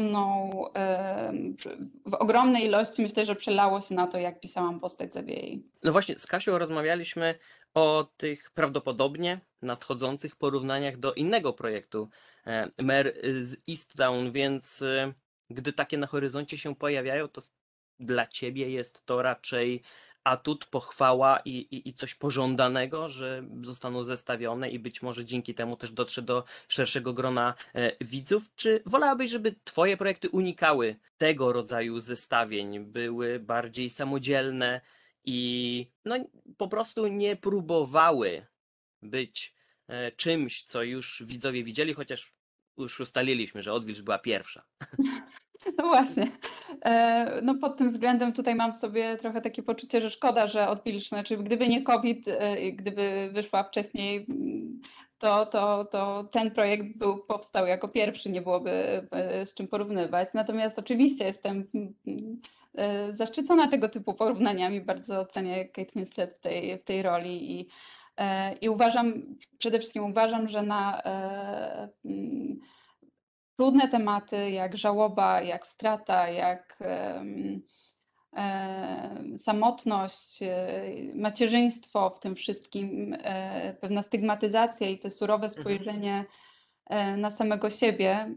w ogromnej ilości, myślę, że przelało się na to, jak pisałam Postać Zawiei.
No właśnie, z Kasią rozmawialiśmy o tych prawdopodobnie nadchodzących porównaniach do innego projektu Mare z Easttown, więc gdy takie na horyzoncie się pojawiają, to dla ciebie jest to raczej atut, pochwała i coś pożądanego, że zostaną zestawione i być może dzięki temu też dotrze do szerszego grona widzów? Czy wolałabyś, żeby twoje projekty unikały tego rodzaju zestawień, były bardziej samodzielne i no, po prostu nie próbowały być czymś, co już widzowie widzieli, chociaż już ustaliliśmy, że Odwilż była pierwsza.
No właśnie. No pod tym względem tutaj mam w sobie trochę takie poczucie, że szkoda, że Odwilż, znaczy gdyby nie COVID i gdyby wyszła wcześniej, to ten projekt powstał jako pierwszy, nie byłoby z czym porównywać. Natomiast oczywiście jestem zaszczycona tego typu porównaniami, bardzo ocenię Kate Winslet w tej roli i przede wszystkim uważam, że na trudne tematy jak żałoba, jak strata, jak samotność, macierzyństwo w tym wszystkim, pewna stygmatyzacja i te surowe spojrzenie na samego siebie,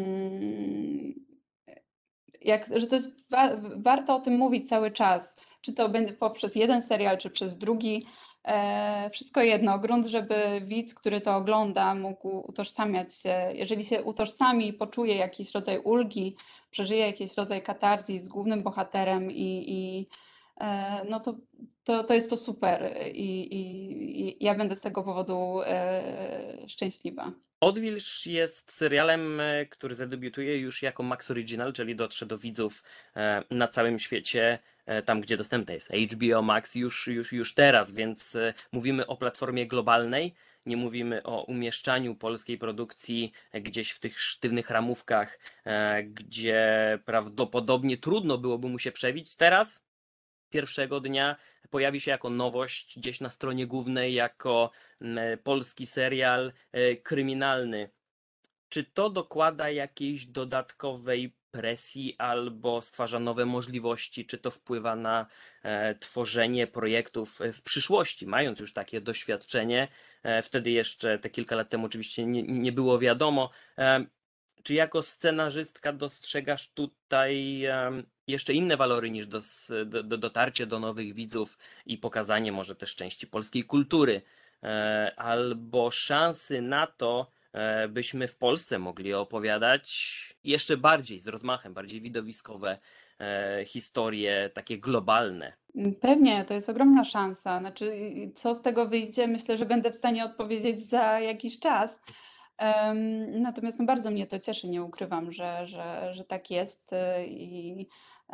że to jest warto o tym mówić cały czas, czy to będzie poprzez jeden serial, czy przez drugi. Wszystko jedno, grunt, żeby widz, który to ogląda, mógł utożsamiać się. Jeżeli się utożsami i poczuje jakiś rodzaj ulgi, przeżyje jakiś rodzaj katarzji z głównym bohaterem no to jest to super i ja będę z tego powodu szczęśliwa.
Odwilż jest serialem, który zadebiutuje już jako Max Original, czyli dotrze do widzów na całym świecie, tam gdzie dostępne jest HBO Max już teraz, więc mówimy o platformie globalnej, nie mówimy o umieszczaniu polskiej produkcji gdzieś w tych sztywnych ramówkach, gdzie prawdopodobnie trudno byłoby mu się przebić. Teraz pierwszego dnia pojawi się jako nowość gdzieś na stronie głównej, jako polski serial kryminalny. Czy to dokłada jakiejś dodatkowej presji albo stwarza nowe możliwości? Czy to wpływa na tworzenie projektów w przyszłości, mając już takie doświadczenie? Wtedy jeszcze te kilka lat temu oczywiście nie było wiadomo. Czy jako scenarzystka dostrzegasz tutaj jeszcze inne walory niż dotarcie do nowych widzów i pokazanie może też części polskiej kultury, albo szansy na to, byśmy w Polsce mogli opowiadać jeszcze bardziej z rozmachem, bardziej widowiskowe historie takie globalne?
Pewnie, to jest ogromna szansa. Znaczy, co z tego wyjdzie, myślę, że będę w stanie odpowiedzieć za jakiś czas. Natomiast no, bardzo mnie to cieszy, nie ukrywam, że tak jest. I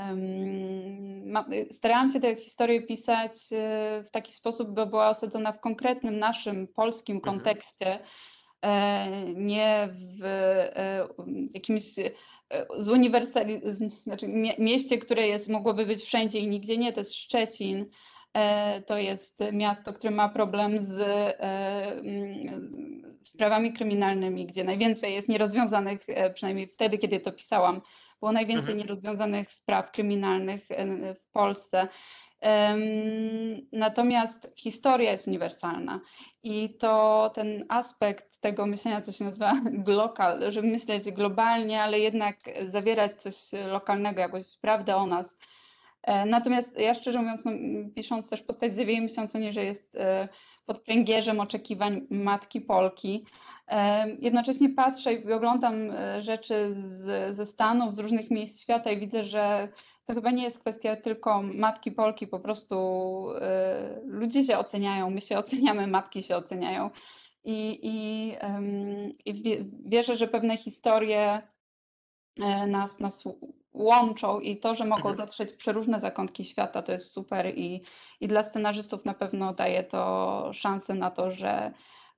starałam się tę historię pisać w taki sposób, by była osadzona w konkretnym naszym polskim kontekście, nie w jakimś znaczy mieście, które mogłoby być wszędzie i nigdzie nie, to jest Szczecin. To jest miasto, które ma problem z sprawami kryminalnymi, gdzie najwięcej jest nierozwiązanych, przynajmniej wtedy, kiedy to pisałam, było najwięcej nierozwiązanych spraw kryminalnych w Polsce. Natomiast historia jest uniwersalna i to ten aspekt tego myślenia, co się nazywa glokal, żeby myśleć globalnie, ale jednak zawierać coś lokalnego, jakąś prawdę o nas. Natomiast ja szczerze mówiąc, no, pisząc też postać Ziewiej, myśląc o niej, że jest pod pręgierzem oczekiwań matki Polki, jednocześnie patrzę i oglądam rzeczy ze Stanów, z różnych miejsc świata i widzę, że to chyba nie jest kwestia tylko matki Polki, po prostu ludzie się oceniają, my się oceniamy, matki się oceniają i wierzę, że pewne historie nas łączą i to, że mogą dotrzeć w przeróżne zakątki świata, to jest super i dla scenarzystów na pewno daje to szansę na to, że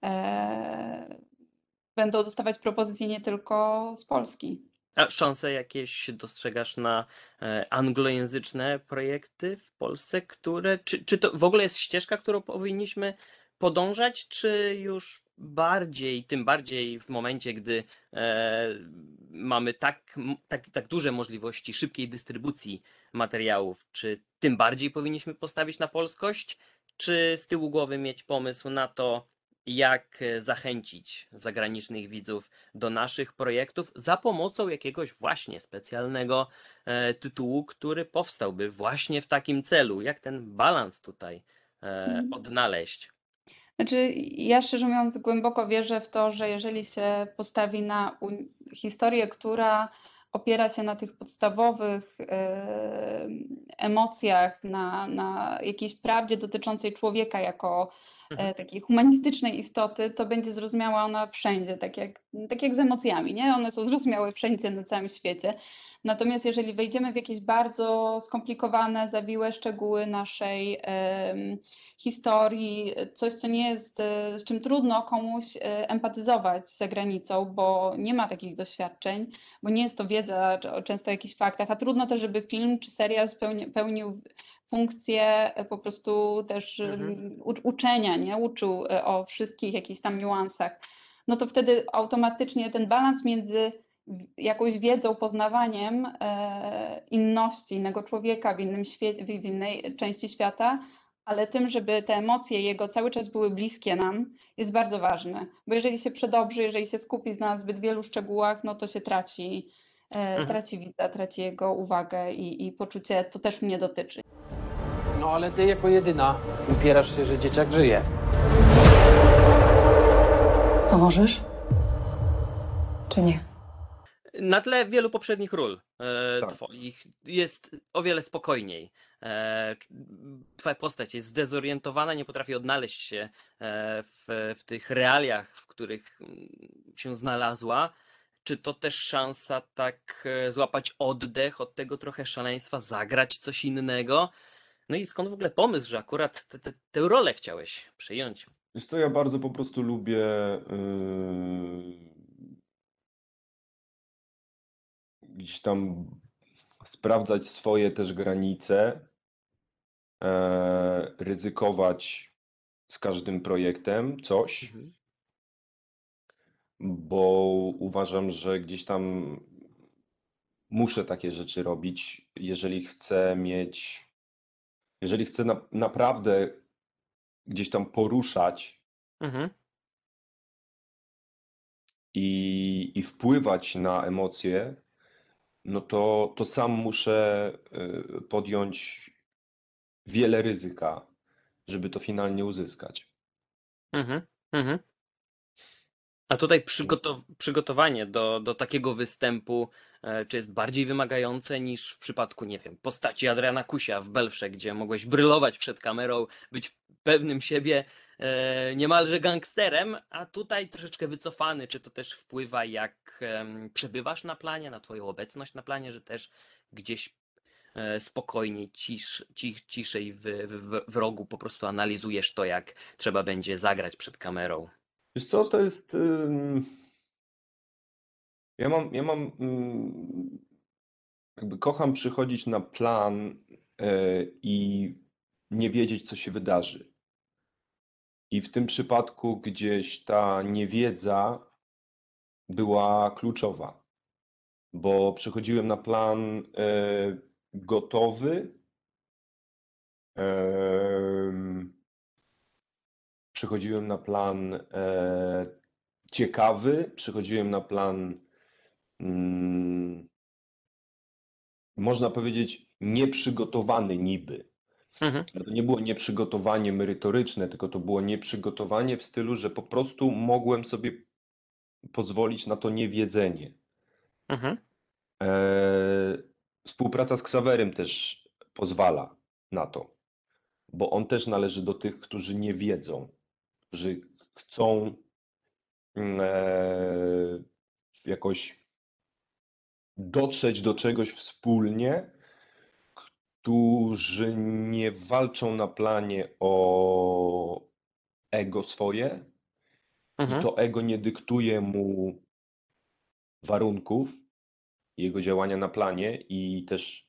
będą dostawać propozycje nie tylko z Polski.
A szanse jakieś dostrzegasz na anglojęzyczne projekty w Polsce, czy to w ogóle jest ścieżka, którą powinniśmy podążać, czy już tym bardziej w momencie, gdy mamy tak duże możliwości szybkiej dystrybucji materiałów, czy tym bardziej powinniśmy postawić na polskość, czy z tyłu głowy mieć pomysł na to, jak zachęcić zagranicznych widzów do naszych projektów za pomocą jakiegoś właśnie specjalnego tytułu, który powstałby właśnie w takim celu? Jak ten balans tutaj odnaleźć?
Znaczy, ja szczerze mówiąc głęboko wierzę w to, że jeżeli się postawi na historię, która opiera się na tych podstawowych emocjach, na jakiejś prawdzie dotyczącej człowieka jako takiej humanistycznej istoty, to będzie zrozumiała ona wszędzie, tak jak z emocjami, nie? One są zrozumiałe wszędzie na całym świecie. Natomiast jeżeli wejdziemy w jakieś bardzo skomplikowane, zawiłe szczegóły naszej historii, coś, co nie jest, z czym trudno komuś empatyzować za granicą, bo nie ma takich doświadczeń, bo nie jest to wiedza często o jakichś faktach, a trudno też, żeby film czy serial pełnił funkcję po prostu też uczenia, nie? Uczył o wszystkich jakichś tam niuansach. No to wtedy automatycznie ten balans między jakąś wiedzą, poznawaniem inności, innego człowieka w innym świecie, w innej części świata, ale tym, żeby te emocje jego cały czas były bliskie nam, jest bardzo ważne. Bo jeżeli się przedobrzy, jeżeli się skupi na zbyt wielu szczegółach, no to się traci widza, traci jego uwagę i poczucie, to też mnie dotyczy.
No ale ty jako jedyna upierasz się, że dzieciak żyje.
Pomożesz? Czy nie?
Na tle wielu poprzednich ról
Tak.
twoich jest o wiele spokojniej. Twoja postać jest zdezorientowana, nie potrafi odnaleźć się w tych realiach, w których się znalazła. Czy to też szansa tak złapać oddech od tego trochę szaleństwa, zagrać coś innego? No i skąd w ogóle pomysł, że akurat tę rolę chciałeś przyjąć?
Wiesz co, ja bardzo po prostu lubię gdzieś tam sprawdzać swoje też granice, ryzykować z każdym projektem coś, bo uważam, że gdzieś tam muszę takie rzeczy robić, jeżeli chcę naprawdę gdzieś tam poruszać
Mhm.
i wpływać na emocje, no to sam muszę podjąć wiele ryzyka, żeby to finalnie uzyskać.
Mhm. Mhm. A tutaj przygotowanie do takiego występu, czy jest bardziej wymagające niż w przypadku, nie wiem, postaci Adriana Kusia w Belfrze, gdzie mogłeś brylować przed kamerą, być pewnym siebie, niemalże gangsterem, a tutaj troszeczkę wycofany. Czy to też wpływa, jak przebywasz na planie, na twoją obecność na planie, że też gdzieś spokojniej, ciszej w rogu po prostu analizujesz to, jak trzeba będzie zagrać przed kamerą?
Wiesz co, to jest... Ja mam jakby kocham przychodzić na plan i nie wiedzieć, co się wydarzy. I w tym przypadku gdzieś ta niewiedza była kluczowa, bo przychodziłem na plan gotowy, przychodziłem na plan ciekawy, przychodziłem na plan, można powiedzieć, nieprzygotowany niby.
Mhm.
Ale to nie było nieprzygotowanie merytoryczne, tylko to było nieprzygotowanie w stylu, że po prostu mogłem sobie pozwolić na to niewiedzenie.
Mhm.
Współpraca z Ksawerym też pozwala na to, bo on też należy do tych, którzy nie wiedzą, którzy chcą jakoś dotrzeć do czegoś wspólnie, którzy nie walczą na planie o ego swoje i
Mhm.
to ego nie dyktuje mu warunków jego działania na planie i też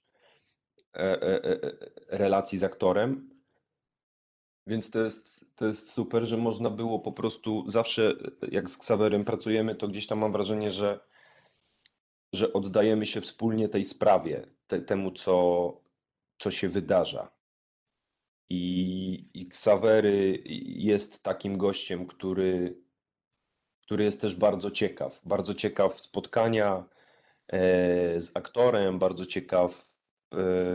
relacji z aktorem. Więc to jest super, że można było po prostu zawsze, jak z Ksawerem pracujemy, to gdzieś tam mam wrażenie, że oddajemy się wspólnie tej sprawie, temu, co się wydarza. I Ksawery jest takim gościem, który jest też bardzo ciekaw spotkania z aktorem, bardzo ciekaw e,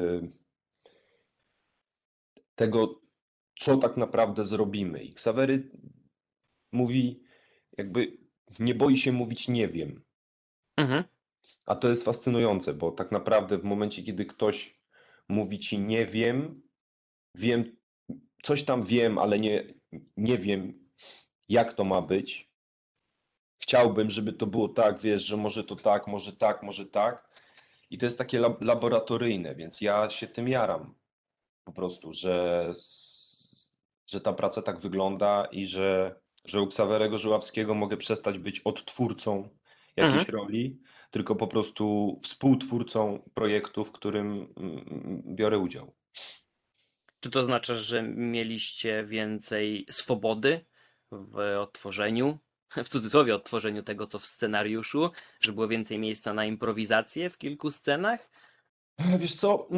tego, co tak naprawdę zrobimy. I Ksawery mówi, jakby nie boi się mówić nie wiem.
Mhm.
A to jest fascynujące, bo tak naprawdę w momencie, kiedy ktoś mówi ci nie wiem, wiem, coś tam wiem, ale nie wiem, jak to ma być. Chciałbym, żeby to było tak, wiesz, że może to tak, może tak, może tak. I to jest takie laboratoryjne, więc ja się tym jaram po prostu, że ta praca tak wygląda i że u Ksawerego Żuławskiego mogę przestać być odtwórcą jakiejś
Mhm.
roli, tylko po prostu współtwórcą projektu, w którym biorę udział.
Czy to oznacza, że mieliście więcej swobody w odtworzeniu, w cudzysłowie odtworzeniu tego, co w scenariuszu, że było więcej miejsca na improwizację w kilku scenach?
Wiesz co,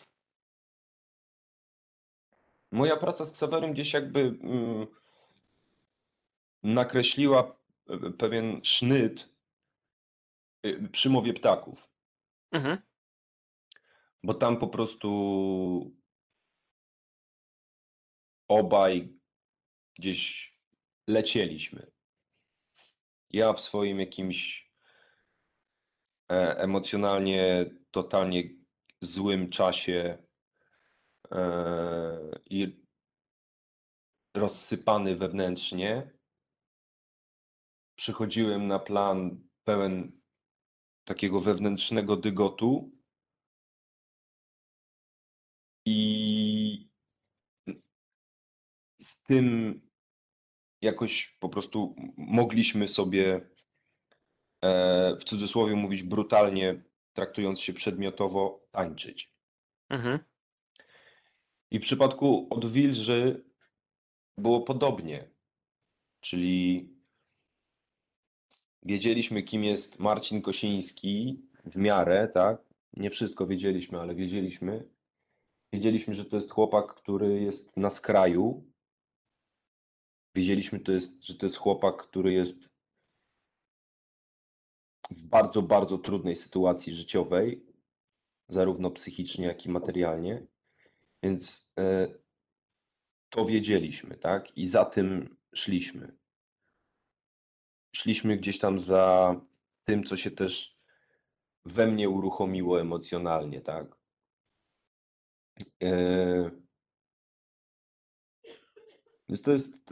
moja praca z Ksawerym gdzieś jakby nakreśliła pewien sznyt przy mowie ptaków,
Mhm.
bo tam po prostu obaj gdzieś lecieliśmy. Ja w swoim jakimś emocjonalnie totalnie złym czasie i rozsypany wewnętrznie, przychodziłem na plan pełen takiego wewnętrznego dygotu i z tym jakoś po prostu mogliśmy sobie w cudzysłowie mówić brutalnie, traktując się przedmiotowo, tańczyć.
Mhm.
I w przypadku Odwilży było podobnie, czyli wiedzieliśmy, kim jest Marcin Kosiński w miarę, tak? Nie wszystko wiedzieliśmy, ale wiedzieliśmy. Wiedzieliśmy, że to jest chłopak, który jest na skraju. Wiedzieliśmy, że to jest chłopak, który jest w bardzo, bardzo trudnej sytuacji życiowej, zarówno psychicznie, jak i materialnie. Więc to wiedzieliśmy, tak? I za tym szliśmy. Szliśmy gdzieś tam za tym, co się też we mnie uruchomiło emocjonalnie, tak? E, Więc to jest.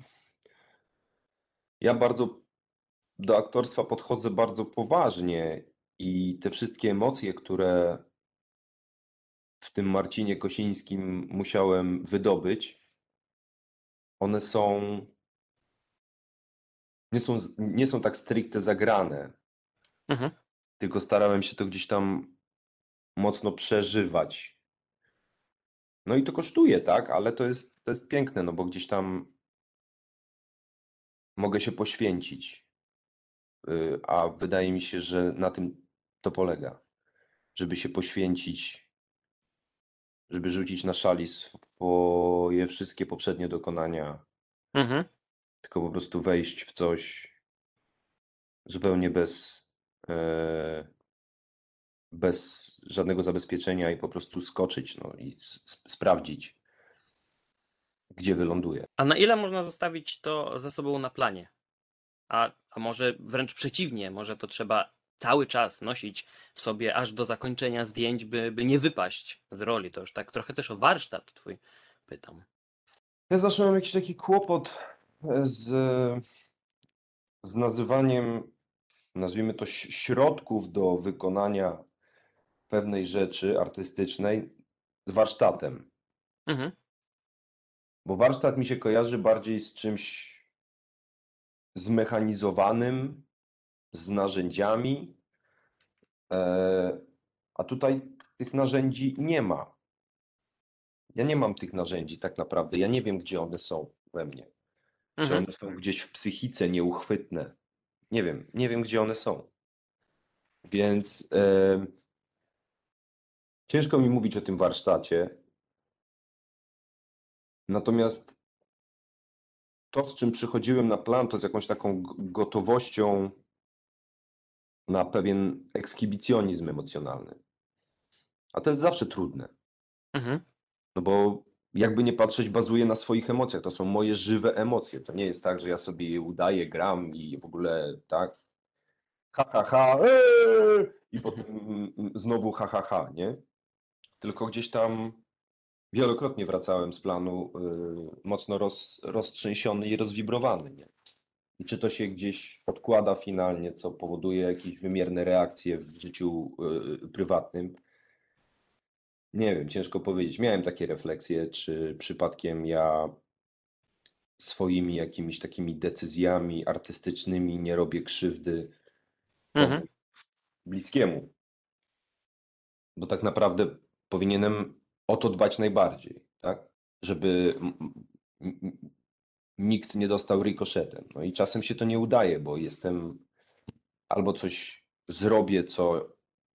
Ja bardzo do aktorstwa podchodzę bardzo poważnie i te wszystkie emocje, które w tym Marcinie Kosińskim musiałem wydobyć, one nie są tak stricte zagrane,
Mhm.
tylko starałem się to gdzieś tam mocno przeżywać. No i to kosztuje, tak? Ale to jest piękne, no bo gdzieś tam mogę się poświęcić. A wydaje mi się, że na tym to polega. Żeby się poświęcić, żeby rzucić na szali swoje wszystkie poprzednie dokonania,
Mhm.
tylko po prostu wejść w coś zupełnie e, bez żadnego zabezpieczenia i po prostu skoczyć, no i sprawdzić, gdzie wyląduje.
A na ile można zostawić to ze sobą na planie? A może wręcz przeciwnie, może to trzeba cały czas nosić w sobie aż do zakończenia zdjęć, by nie wypaść z roli. To już tak trochę też o warsztat twój pytam.
Ja zawsze mam jakiś taki kłopot z, z nazywaniem, nazwijmy to, środków do wykonania pewnej rzeczy artystycznej z warsztatem.
Mhm.
Bo warsztat mi się kojarzy bardziej z czymś zmechanizowanym, z narzędziami, a tutaj tych narzędzi nie ma. Ja nie mam tych narzędzi tak naprawdę. Ja nie wiem, gdzie one są we mnie. Czy
Mhm.
one są gdzieś w psychice nieuchwytne? Nie wiem, gdzie one są. Więc ciężko mi mówić o tym warsztacie, Natomiast to, z czym przychodziłem na plan, to z jakąś taką gotowością na pewien ekshibicjonizm emocjonalny. A to jest zawsze trudne.
Mhm.
No bo jakby nie patrzeć, bazuję na swoich emocjach. To są moje żywe emocje. To nie jest tak, że ja sobie je udaję, gram i w ogóle tak i potem znowu nie? Tylko gdzieś tam wielokrotnie wracałem z planu mocno roztrzęsiony i rozwibrowany, nie? I czy to się gdzieś odkłada finalnie, co powoduje jakieś wymierne reakcje w życiu prywatnym? Nie wiem, ciężko powiedzieć. Miałem takie refleksje, czy przypadkiem ja swoimi jakimiś takimi decyzjami artystycznymi nie robię krzywdy
Mhm.
komuś bliskiemu. Bo tak naprawdę powinienem o to dbać najbardziej, tak? Żeby nikt nie dostał rikoszetem. No i czasem się to nie udaje, bo jestem albo coś zrobię, co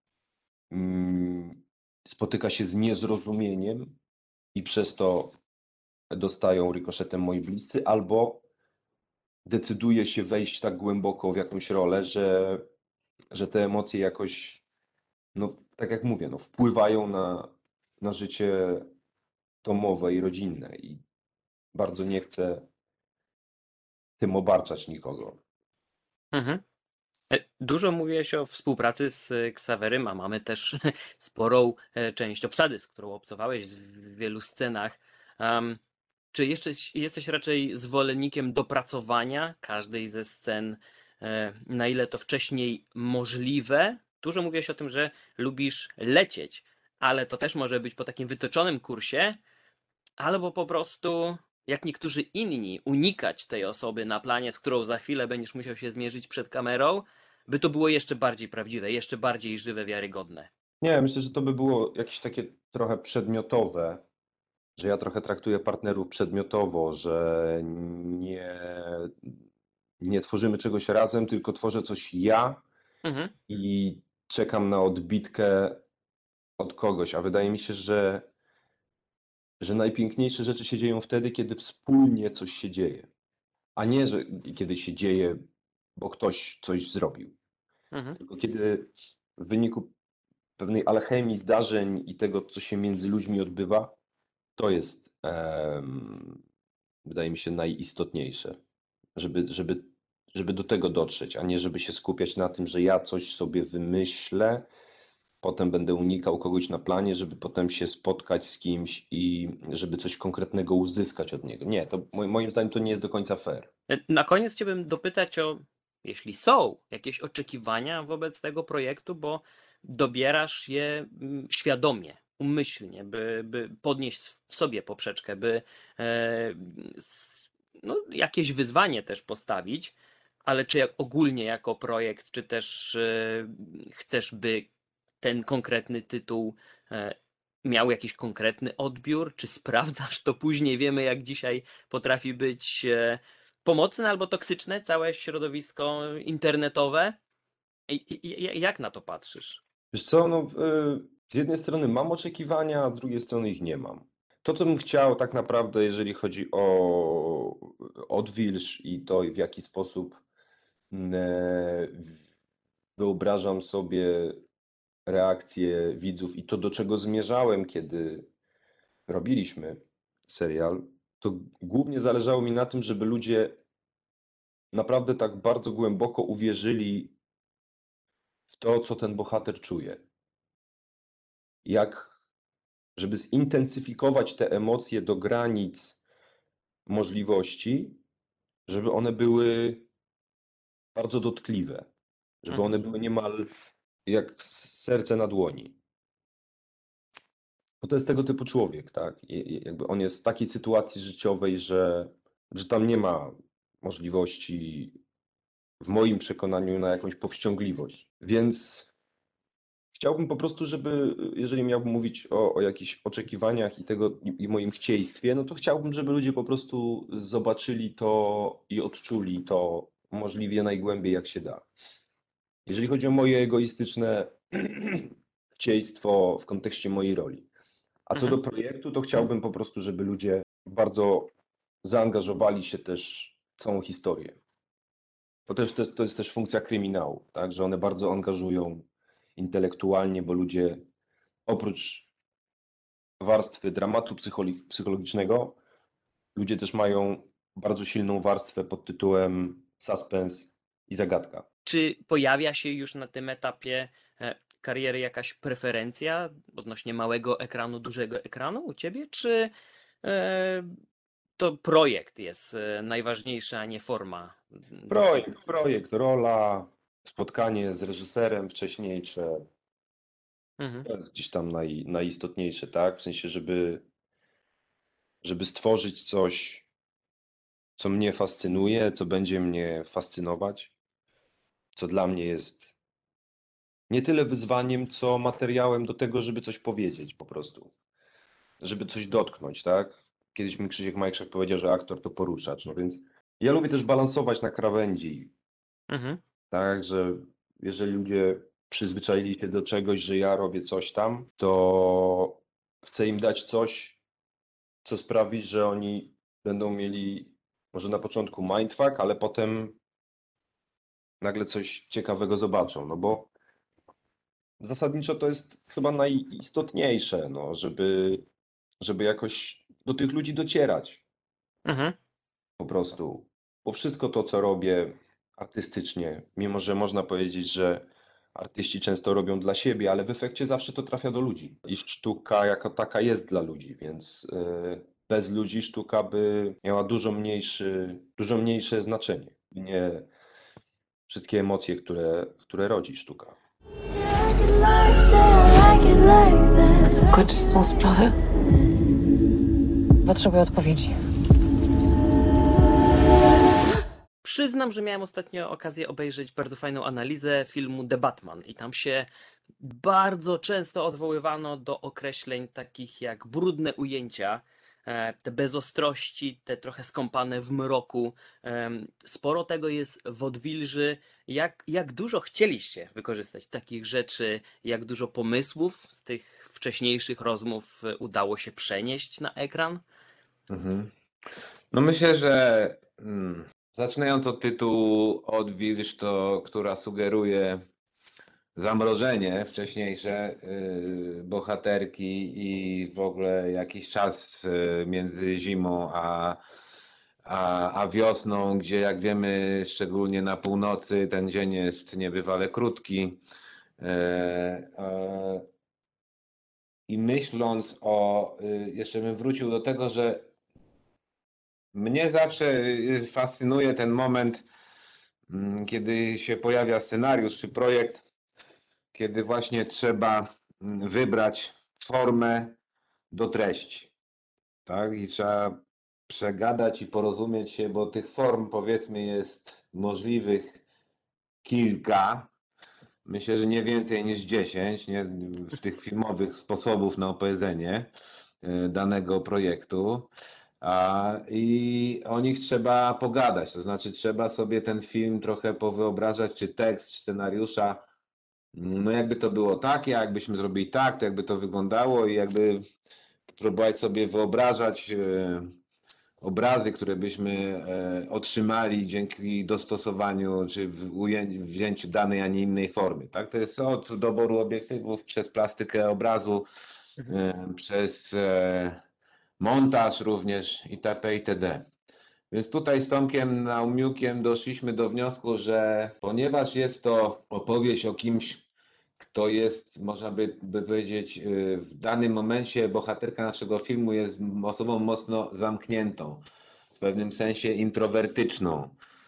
spotyka się z niezrozumieniem i przez to dostają rikoszetem moi bliscy, albo decyduję się wejść tak głęboko w jakąś rolę, że te emocje jakoś, no tak jak mówię, no, wpływają na życie domowe i rodzinne i bardzo nie chcę tym obarczać nikogo.
Mhm. Dużo mówiłeś o współpracy z Xaverym, a mamy też sporą część obsady, z którą obcowałeś w wielu scenach. Czy jeszcze jesteś raczej zwolennikiem dopracowania każdej ze scen, na ile to wcześniej możliwe? Dużo mówiłeś o tym, że lubisz lecieć, ale to też może być po takim wytyczonym kursie, albo po prostu, jak niektórzy inni, unikać tej osoby na planie, z którą za chwilę będziesz musiał się zmierzyć przed kamerą, by to było jeszcze bardziej prawdziwe, jeszcze bardziej żywe, wiarygodne.
Nie, myślę, że to by było jakieś takie trochę przedmiotowe, że ja trochę traktuję partnerów przedmiotowo, że nie tworzymy czegoś razem, tylko tworzę coś ja
Mhm.
i czekam na odbitkę od kogoś, a wydaje mi się, że najpiękniejsze rzeczy się dzieją wtedy, kiedy wspólnie coś się dzieje, a nie, że kiedy się dzieje, bo ktoś coś zrobił,
Mhm.
tylko kiedy w wyniku pewnej alchemii zdarzeń i tego, co się między ludźmi odbywa, to jest, wydaje mi się, najistotniejsze, żeby do tego dotrzeć, a nie żeby się skupiać na tym, że ja coś sobie wymyślę, potem będę unikał kogoś na planie, żeby potem się spotkać z kimś i żeby coś konkretnego uzyskać od niego. Nie, to moim zdaniem to nie jest do końca fair.
Na koniec chciałbym dopytać o, jeśli są jakieś oczekiwania wobec tego projektu, bo dobierasz je świadomie, umyślnie, by podnieść w sobie poprzeczkę, by no, jakieś wyzwanie też postawić, ale czy ogólnie jako projekt, czy też chcesz, by ten konkretny tytuł miał jakiś konkretny odbiór, czy sprawdzasz to później? Wiemy, jak dzisiaj potrafi być pomocne albo toksyczne całe środowisko internetowe. Jak na to patrzysz?
Wiesz co, no, z jednej strony mam oczekiwania, a z drugiej strony ich nie mam. To, co bym chciał tak naprawdę, jeżeli chodzi o odwilż i to, w jaki sposób wyobrażam sobie reakcje widzów i to, do czego zmierzałem, kiedy robiliśmy serial, to głównie zależało mi na tym, żeby ludzie naprawdę tak bardzo głęboko uwierzyli w to, co ten bohater czuje. Żeby zintensyfikować te emocje do granic możliwości, żeby one były bardzo dotkliwe, żeby one były niemal jak serce na dłoni. Bo to jest tego typu człowiek, tak? Jakby on jest w takiej sytuacji życiowej, że tam nie ma możliwości, w moim przekonaniu, na jakąś powściągliwość. Więc chciałbym po prostu, żeby, jeżeli miałbym mówić o jakichś oczekiwaniach i moim chcieństwie, no to chciałbym, żeby ludzie po prostu zobaczyli to i odczuli to możliwie najgłębiej, jak się da. Jeżeli chodzi o moje egoistyczne chcieństwo w kontekście mojej roli. A co do projektu, to chciałbym po prostu, żeby ludzie bardzo zaangażowali się też w całą historię. To jest też funkcja kryminału, tak? Że one bardzo angażują intelektualnie, bo ludzie oprócz warstwy dramatu psychologicznego, ludzie też mają bardzo silną warstwę pod tytułem suspens i zagadka.
Czy pojawia się już na tym etapie kariery jakaś preferencja odnośnie małego ekranu, dużego ekranu u ciebie, czy to projekt jest najważniejszy, a nie forma dystrybucji?
Projekt, rola, spotkanie z reżyserem wcześniejsze,
Mhm.
to jest gdzieś tam najistotniejsze, tak? W sensie, żeby stworzyć coś, co mnie fascynuje, co będzie mnie fascynować, co dla mnie jest nie tyle wyzwaniem, co materiałem do tego, żeby coś powiedzieć po prostu, żeby coś dotknąć, tak? Kiedyś mi Krzysiek Majchrzak powiedział, że aktor to poruszacz, no więc ja lubię też balansować na krawędzi,
Mhm.
tak, że jeżeli ludzie przyzwyczaili się do czegoś, że ja robię coś tam, to chcę im dać coś, co sprawi, że oni będą mieli może na początku mindfuck, ale potem nagle coś ciekawego zobaczą, no bo zasadniczo to jest chyba najistotniejsze, no, żeby jakoś do tych ludzi docierać
Mhm.
po prostu. Bo wszystko to, co robię artystycznie, mimo że można powiedzieć, że artyści często robią dla siebie, ale w efekcie zawsze to trafia do ludzi. I sztuka jako taka jest dla ludzi, więc bez ludzi sztuka by miała dużo mniejsze znaczenie. Nie wszystkie emocje, które rodzi sztuka.
Skończyć tą sprawę? Potrzebuję odpowiedzi.
Przyznam, że miałem ostatnio okazję obejrzeć bardzo fajną analizę filmu The Batman i tam się bardzo często odwoływano do określeń takich jak brudne ujęcia, te bez ostrości, te trochę skąpane w mroku. Sporo tego jest w Odwilży. Jak dużo chcieliście wykorzystać takich rzeczy, jak dużo pomysłów z tych wcześniejszych rozmów udało się przenieść na ekran?
Mhm. No myślę, że zaczynając od tytułu Odwilż, która sugeruje zamrożenie wcześniejsze bohaterki i w ogóle jakiś czas między zimą a wiosną, gdzie jak wiemy, szczególnie na północy, ten dzień jest niebywale krótki. E, e, I myśląc jeszcze bym wrócił do tego, że mnie zawsze fascynuje ten moment, kiedy się pojawia scenariusz czy projekt, kiedy właśnie trzeba wybrać formę do treści, tak? I trzeba przegadać i porozumieć się, bo tych form, powiedzmy, jest możliwych kilka. Myślę, że nie więcej niż 10, nie? W tych filmowych sposobów na opowiedzenie danego projektu. I o nich trzeba pogadać, to znaczy trzeba sobie ten film trochę powyobrażać, czy tekst, czy scenariusza, no jakby to było takie, a jakbyśmy zrobili tak, to jakby to wyglądało i jakby próbować sobie wyobrażać obrazy, które byśmy otrzymali dzięki dostosowaniu, czy wzięciu danej, a nie innej formy, tak? To jest od doboru obiektywów, przez plastykę obrazu, przez montaż również itp. itd. Więc tutaj z Tomkiem Naumiukiem doszliśmy do wniosku, że ponieważ jest to opowieść o kimś, kto jest, można by powiedzieć, w danym momencie bohaterka naszego filmu jest osobą mocno zamkniętą, w pewnym sensie introwertyczną,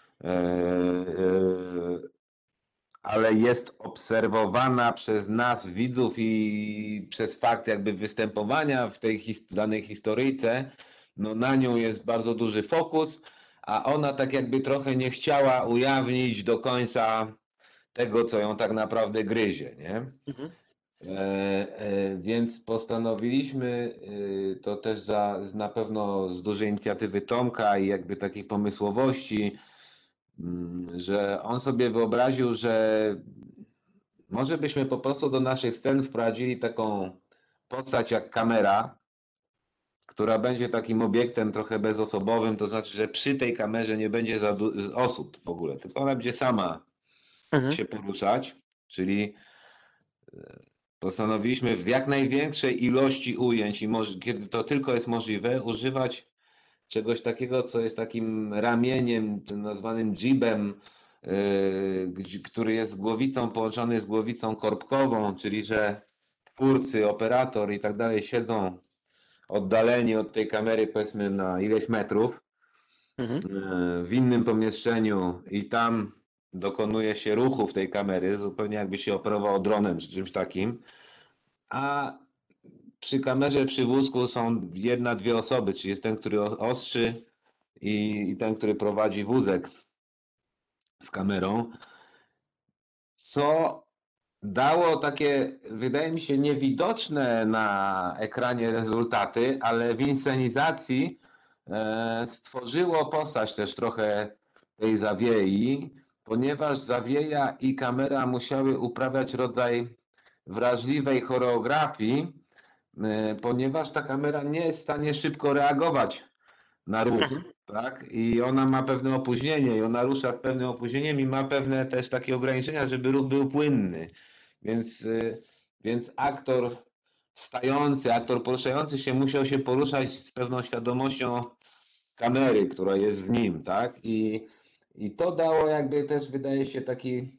ale jest obserwowana przez nas, widzów, i przez fakt jakby występowania w tej danej historyjce, no na nią jest bardzo duży fokus, a ona tak jakby trochę nie chciała ujawnić do końca tego, co ją tak naprawdę gryzie, nie?
Mhm.
Więc postanowiliśmy, to też na pewno z dużej inicjatywy Tomka i jakby takiej pomysłowości, że on sobie wyobraził, że może byśmy po prostu do naszych scen wprowadzili taką postać jak kamera, która będzie takim obiektem trochę bezosobowym, to znaczy, że przy tej kamerze nie będzie osób w ogóle, tylko ona będzie sama się poruszać, czyli postanowiliśmy w jak największej ilości ujęć i kiedy to tylko jest możliwe, używać czegoś takiego, co jest takim ramieniem, tym nazwanym jibem, który jest z głowicą połączony z głowicą korbkową, czyli że twórcy, operator i tak dalej siedzą oddaleni od tej kamery powiedzmy na ileś metrów w innym pomieszczeniu i tam dokonuje się ruchów tej kamery, zupełnie jakby się operowało dronem czy czymś takim, a przy kamerze, przy wózku są jedna, dwie osoby, czyli jest ten, który ostrzy i ten, który prowadzi wózek z kamerą, co dało takie, wydaje mi się, niewidoczne na ekranie rezultaty, ale w inscenizacji stworzyło postać też trochę tej zawiei, ponieważ zawieja i kamera musiały uprawiać rodzaj wrażliwej choreografii, ponieważ ta kamera nie jest w stanie szybko reagować na ruch, tak? I ona ma pewne opóźnienie i ona rusza z pewnym opóźnieniem i ma pewne też takie ograniczenia, żeby ruch był płynny. Więc aktor stający, aktor poruszający się musiał się poruszać z pewną świadomością kamery, która jest w nim, tak? I to dało jakby też, wydaje się, taki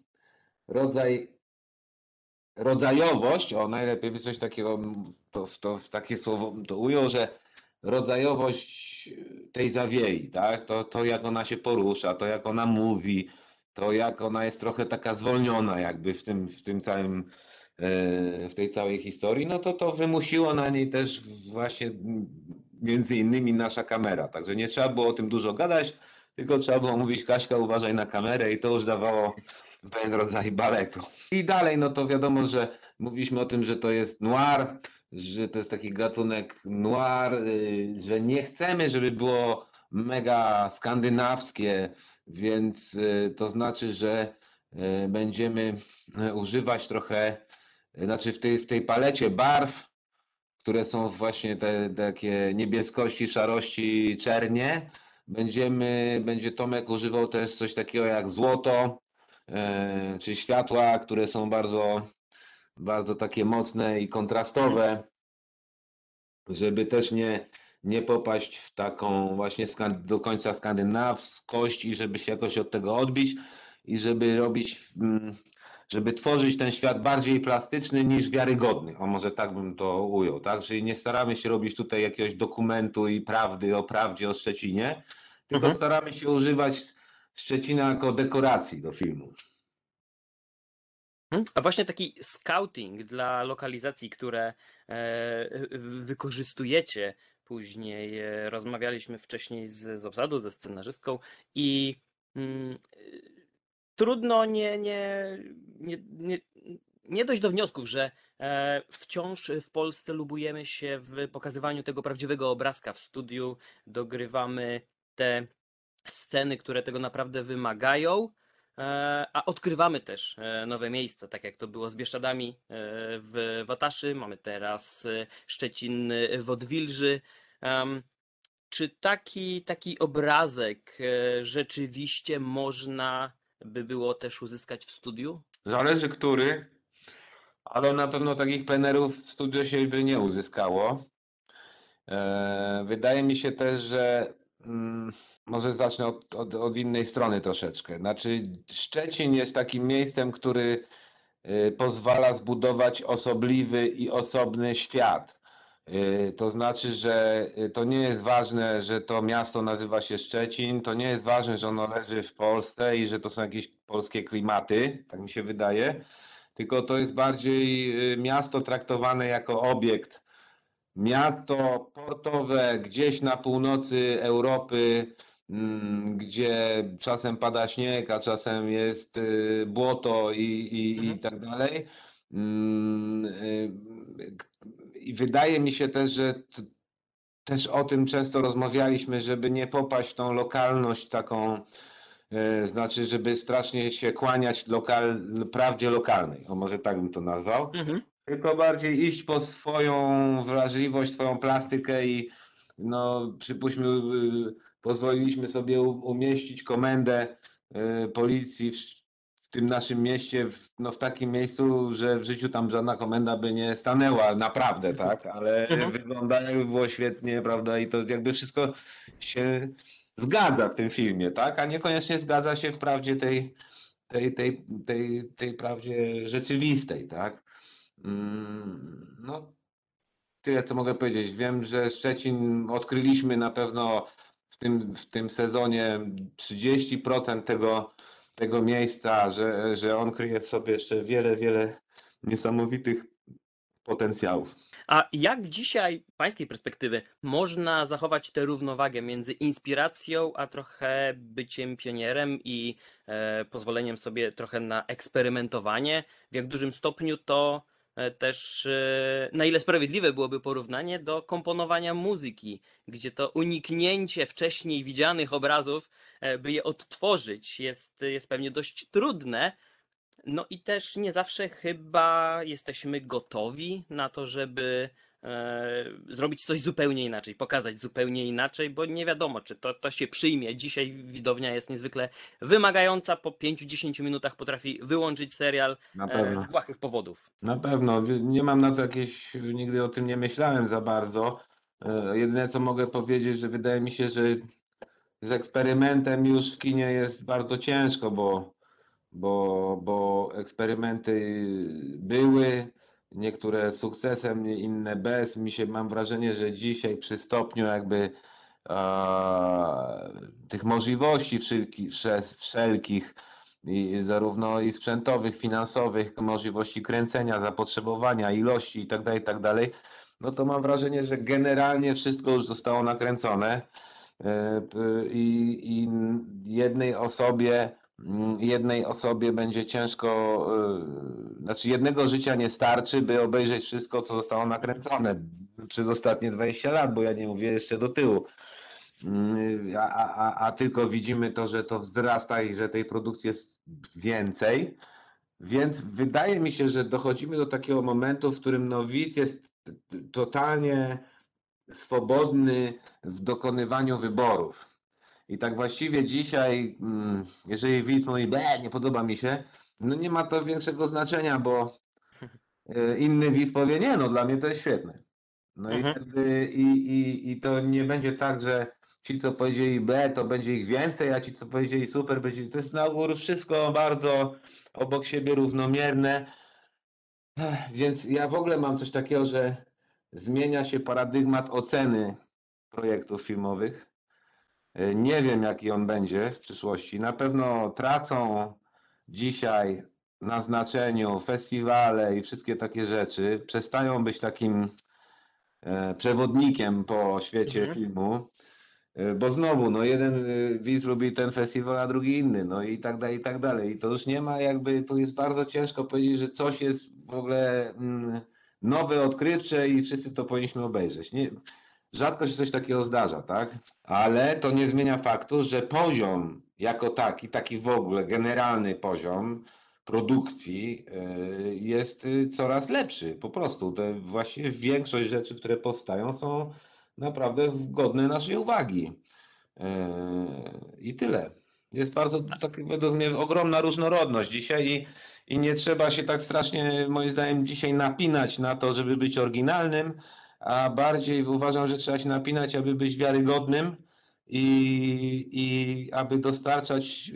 rodzajowość, najlepiej by coś takiego, to w takie słowo to ujął, że rodzajowość tej zawiei, tak? To jak ona się porusza, to jak ona mówi, to jak ona jest trochę taka zwolniona jakby w tym całym, w tej całej historii, no to wymusiło na niej też właśnie między innymi nasza kamera, także nie trzeba było o tym dużo gadać, tylko trzeba było mówić: Kaśka, uważaj na kamerę, i to już dawało pewien rodzaj baletu. I dalej, no to wiadomo, że mówiliśmy o tym, że to jest noir, że to jest taki gatunek noir, że nie chcemy, żeby było mega skandynawskie, więc to znaczy, że będziemy używać trochę, znaczy w tej palecie barw, które są właśnie te takie niebieskości, szarości, czernie, będzie Tomek używał też coś takiego jak złoto, czy światła, które są bardzo, bardzo takie mocne i kontrastowe, żeby też nie popaść w taką właśnie do końca skandynawskość i żeby się jakoś od tego odbić i żeby tworzyć ten świat bardziej plastyczny niż wiarygodny. O, może tak bym to ujął, tak? Czyli nie staramy się robić tutaj jakiegoś dokumentu i prawdy o prawdzie o Szczecinie, tylko staramy się używać Szczecina jako dekoracji do filmu.
A właśnie taki scouting dla lokalizacji, które wykorzystujecie później, rozmawialiśmy wcześniej z obsadą, ze scenarzystką i trudno nie dojść do wniosków, że wciąż w Polsce lubujemy się w pokazywaniu tego prawdziwego obrazka. W studiu dogrywamy te sceny, które tego naprawdę wymagają, a odkrywamy też nowe miejsca, tak jak to było z Bieszczadami w Wataszy, mamy teraz Szczecin w Odwilży. Czy taki obrazek rzeczywiście można by było też uzyskać w studiu?
Zależy który, ale na pewno takich plenerów w studio się by nie uzyskało. Wydaje mi się też, że może zacznę od innej strony troszeczkę. Znaczy, Szczecin jest takim miejscem, który pozwala zbudować osobliwy i osobny świat. To znaczy, że to nie jest ważne, że to miasto nazywa się Szczecin, to nie jest ważne, że ono leży w Polsce i że to są jakieś polskie klimaty, tak mi się wydaje, tylko to jest bardziej miasto traktowane jako obiekt. Miasto portowe gdzieś na północy Europy, gdzie czasem pada śnieg, a czasem jest błoto i tak dalej. I wydaje mi się też, że też o tym często rozmawialiśmy, żeby nie popaść w tą lokalność taką, znaczy, żeby strasznie się kłaniać prawdzie lokalnej, o może tak bym to nazwał, tylko bardziej iść po swoją wrażliwość, swoją plastykę no przypuśćmy, pozwoliliśmy sobie umieścić komendę policji w tym naszym mieście, no w takim miejscu, że w życiu tam żadna komenda by nie stanęła, naprawdę, tak? Ale wygląda jakby było świetnie, prawda? I to jakby wszystko się zgadza w tym filmie, tak? A niekoniecznie zgadza się w prawdzie tej prawdzie rzeczywistej, tak? No, tyle co mogę powiedzieć. Wiem, że Szczecin odkryliśmy na pewno w tym sezonie 30% tego miejsca, że on kryje w sobie jeszcze wiele niesamowitych potencjałów.
A jak dzisiaj, z pańskiej perspektywy, można zachować tę równowagę między inspiracją, a trochę byciem pionierem i pozwoleniem sobie trochę na eksperymentowanie? W jak dużym stopniu to też, na ile sprawiedliwe byłoby porównanie do komponowania muzyki, gdzie to uniknięcie wcześniej widzianych obrazów, by je odtworzyć, jest pewnie dość trudne. No i też nie zawsze chyba jesteśmy gotowi na to, żeby zrobić coś zupełnie inaczej, pokazać zupełnie inaczej, bo nie wiadomo, czy to się przyjmie. Dzisiaj widownia jest niezwykle wymagająca, po 5-10 minutach potrafi wyłączyć serial
Na pewno.
z błahych powodów.
Na pewno. Nie mam na to jakieś, nigdy o tym nie myślałem za bardzo. Jedyne co mogę powiedzieć, że wydaje mi się, że z eksperymentem już w kinie jest bardzo ciężko, bo eksperymenty były, niektóre z sukcesem, inne bez. Mam wrażenie, że dzisiaj przy stopniu jakby tych możliwości wszelkich i zarówno i sprzętowych, finansowych, możliwości kręcenia, zapotrzebowania, ilości itd., no to mam wrażenie, że generalnie wszystko już zostało nakręcone i jednej osobie będzie ciężko, znaczy jednego życia nie starczy, by obejrzeć wszystko, co zostało nakręcone przez ostatnie 20 lat, bo ja nie mówię jeszcze do tyłu. A tylko widzimy to, że to wzrasta i że tej produkcji jest więcej. Więc wydaje mi się, że dochodzimy do takiego momentu, w którym no widz jest totalnie swobodny w dokonywaniu wyborów. I tak właściwie dzisiaj, jeżeli widz mówi, nie podoba mi się, no nie ma to większego znaczenia, bo inny widz powie, nie, no dla mnie to jest świetne. No i wtedy i to nie będzie tak, że ci, co powiedzieli B, to będzie ich więcej, a ci, co powiedzieli super, będzie. To jest na ogół wszystko bardzo obok siebie równomierne. Więc ja w ogóle mam coś takiego, że zmienia się paradygmat oceny projektów filmowych. Nie wiem, jaki on będzie w przyszłości. Na pewno tracą dzisiaj na znaczeniu festiwale i wszystkie takie rzeczy. Przestają być takim przewodnikiem po świecie filmu, bo znowu, no jeden widz lubi ten festiwal, a drugi inny, no i tak dalej, i tak dalej. I to już nie ma jakby, to jest bardzo ciężko powiedzieć, że coś jest w ogóle nowe, odkrywcze i wszyscy to powinniśmy obejrzeć. Rzadko się coś takiego zdarza, tak? Ale to nie zmienia faktu, że poziom jako taki w ogóle generalny poziom produkcji jest coraz lepszy. Po prostu właściwie większość rzeczy, które powstają, są naprawdę godne naszej uwagi. I tyle. Jest bardzo, według mnie, ogromna różnorodność dzisiaj i nie trzeba się tak strasznie, moim zdaniem, dzisiaj napinać na to, żeby być oryginalnym, a bardziej uważam, że trzeba się napinać, aby być wiarygodnym i aby dostarczać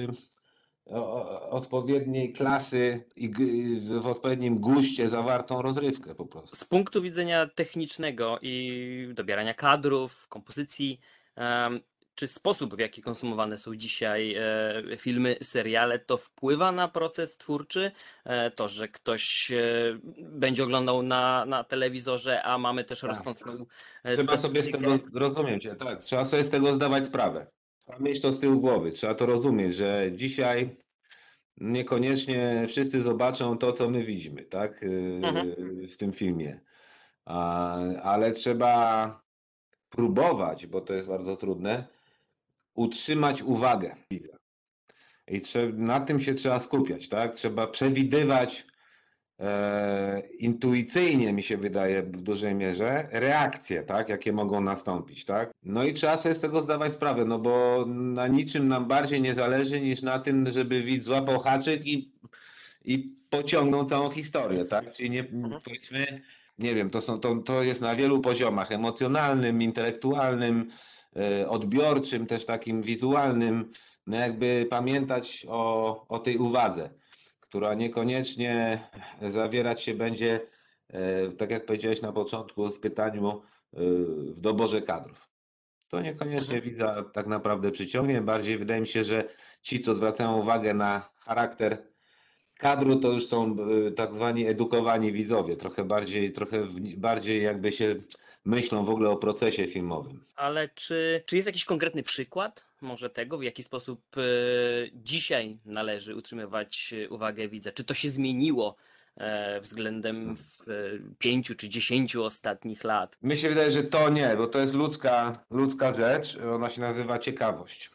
odpowiedniej klasy i w odpowiednim guście zawartą rozrywkę po prostu.
Z punktu widzenia technicznego i dobierania kadrów, kompozycji, czy sposób, w jaki konsumowane są dzisiaj filmy, seriale, to wpływa na proces twórczy? To, że ktoś będzie oglądał na telewizorze, a mamy też rosnącą
Trzeba sobie z tego rozumieć, tak, trzeba sobie z tego zdawać sprawę. Trzeba mieć to z tyłu głowy, trzeba to rozumieć, że dzisiaj niekoniecznie wszyscy zobaczą to, co my widzimy, tak, w tym filmie. Ale trzeba próbować, bo to jest bardzo trudne, utrzymać uwagę widza. I na tym się trzeba skupiać, tak? Trzeba przewidywać intuicyjnie, mi się wydaje w dużej mierze, reakcje, tak, jakie mogą nastąpić, tak? No i trzeba sobie z tego zdawać sprawę, no bo na niczym nam bardziej nie zależy niż na tym, żeby widz złapał haczyk i pociągnął całą historię, tak? Czyli nie, powiedzmy, nie wiem, to jest na wielu poziomach, emocjonalnym, intelektualnym, odbiorczym, też takim wizualnym, no jakby pamiętać o tej uwadze, która niekoniecznie zawierać się będzie, tak jak powiedziałeś na początku w pytaniu, w doborze kadrów. To niekoniecznie widza tak naprawdę przyciągnie, bardziej wydaje mi się, że ci, co zwracają uwagę na charakter kadru, to już są tak zwani edukowani widzowie, trochę bardziej jakby się myślą w ogóle o procesie filmowym.
Ale czy jest jakiś konkretny przykład może tego, w jaki sposób dzisiaj należy utrzymywać uwagę widza? Czy to się zmieniło względem 5 czy 10 ostatnich lat?
Mi się wydaje, że to nie, bo to jest ludzka rzecz, ona się nazywa ciekawość.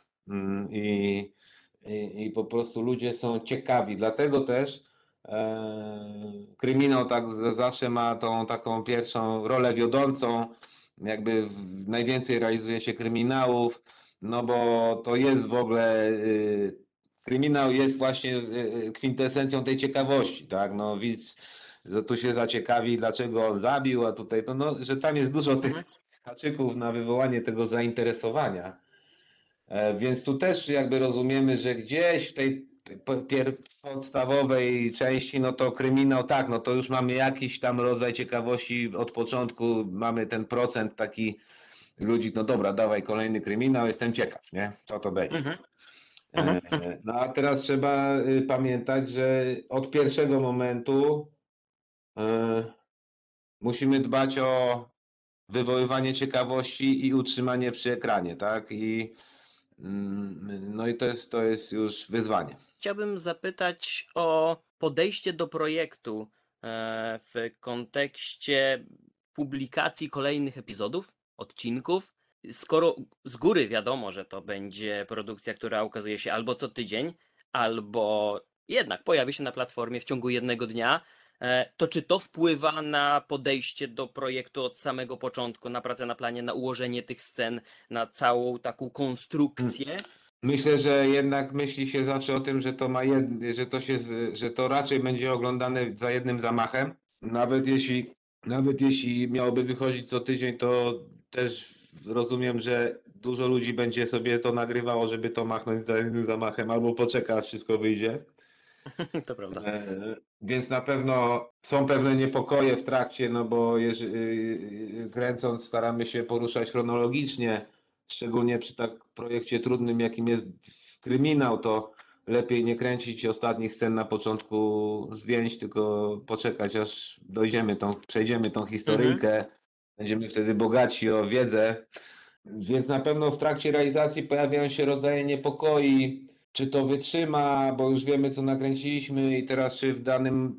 I po prostu ludzie są ciekawi, dlatego też kryminał tak zawsze ma tą taką pierwszą rolę wiodącą, jakby najwięcej realizuje się kryminałów, no bo to jest w ogóle, kryminał jest właśnie kwintesencją tej ciekawości, tak, no widz tu się zaciekawi, dlaczego on zabił, a tutaj to, no, że tam jest dużo tych haczyków na wywołanie tego zainteresowania. Więc tu też jakby rozumiemy, że gdzieś w tej podstawowej części, no to kryminał, tak, no to już mamy jakiś tam rodzaj ciekawości od początku, mamy ten procent taki ludzi, no dobra, dawaj kolejny kryminał, jestem ciekaw, nie? Co to będzie. No a teraz trzeba pamiętać, że od pierwszego momentu musimy dbać o wywoływanie ciekawości i utrzymanie przy ekranie, tak? No i to jest już wyzwanie.
Chciałbym zapytać o podejście do projektu w kontekście publikacji kolejnych epizodów, odcinków. Skoro z góry wiadomo, że to będzie produkcja, która ukazuje się albo co tydzień, albo jednak pojawi się na platformie w ciągu jednego dnia, to czy to wpływa na podejście do projektu od samego początku, na pracę na planie, na ułożenie tych scen, na całą taką konstrukcję?
Myślę, że jednak myśli się zawsze o tym, że to że to raczej będzie oglądane za jednym zamachem. Nawet jeśli miałoby wychodzić co tydzień, to też rozumiem, że dużo ludzi będzie sobie to nagrywało, żeby to machnąć za jednym zamachem, albo poczeka, aż wszystko wyjdzie.
To prawda.
Więc na pewno są pewne niepokoje w trakcie, no bo kręcąc staramy się poruszać chronologicznie, szczególnie przy tak projekcie trudnym, jakim jest kryminał, to lepiej nie kręcić ostatnich scen na początku zdjęć, tylko poczekać, aż przejdziemy tą historyjkę, będziemy wtedy bogaci o wiedzę. Więc na pewno w trakcie realizacji pojawiają się rodzaje niepokoi, czy to wytrzyma, bo już wiemy, co nakręciliśmy i teraz czy w danym,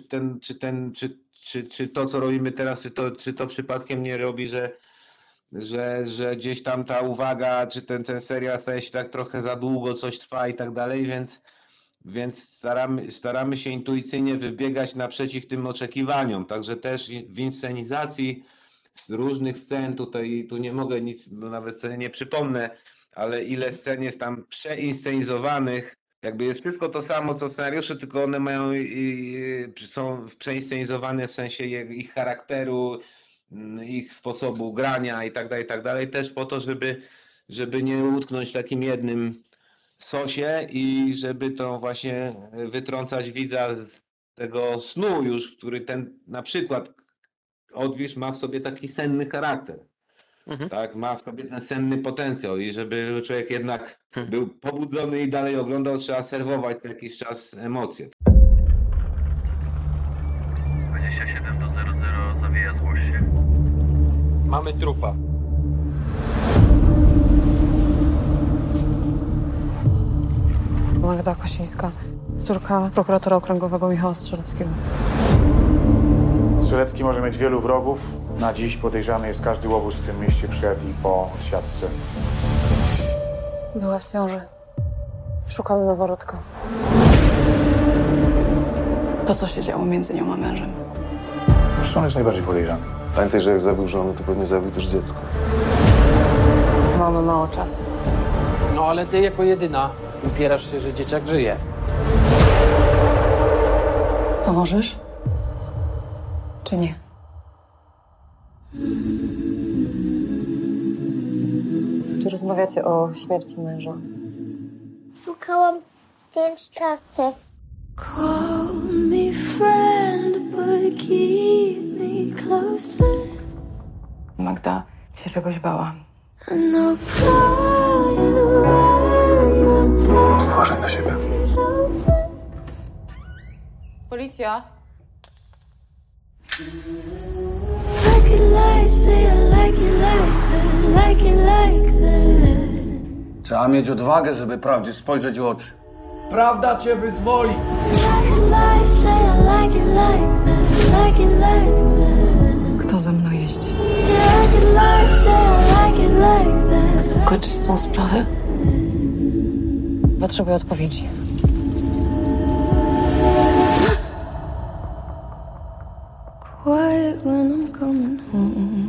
czy to, co robimy teraz, czy to przypadkiem nie robi, że gdzieś tam ta uwaga, czy ten serial staje się tak trochę za długo, coś trwa i tak dalej, więc staramy się intuicyjnie wybiegać naprzeciw tym oczekiwaniom, także też w inscenizacji z różnych scen, tu nie mogę nic, no nawet sobie nie przypomnę, ale ile scen jest tam przeinscenizowanych, jakby jest wszystko to samo co scenariusze, tylko one są przeinscenizowane w sensie ich charakteru, ich sposobu grania i tak dalej, też po to, żeby nie utknąć w takim jednym sosie i żeby to właśnie wytrącać widza z tego snu już, który ten na przykład odwilż ma w sobie taki senny charakter. Tak, ma w sobie ten senny potencjał i żeby człowiek jednak był pobudzony i dalej oglądał, trzeba serwować co jakiś czas emocje.
27 do 00 zawija zgłoś się.
Mamy trupa.
Magda Kosińska, córka prokuratora okręgowego Michała Strzeleckiego.
Strzelecki może mieć wielu wrogów. Na dziś podejrzany jest każdy łobuz w tym mieście przy Eti po odsiadce.
Była w ciąży. Szukamy noworodka. To, co się działo między nią a mężem.
Zresztą on jest najbardziej podejrzany.
Pamiętaj, że jak zabił żonę, to pewnie zabił też dziecko.
Mamy mało czasu.
No ale ty jako jedyna upierasz się, że dzieciak żyje.
Pomożesz? Czy nie?
Czy rozmawiacie o śmierci męża?
Szukałam zdjęć taty. Call me friend, but keep me closer.
Magda się czegoś bała.
Uważaj na siebie.
Policja?
Trzeba mieć odwagę, żeby prawdzie spojrzeć w oczy.
Prawda cię wyzwoli!
Kto ze mną jeździ? Chcę skończyć tą sprawę. Potrzebuję odpowiedzi.
Quiet when I'm coming home.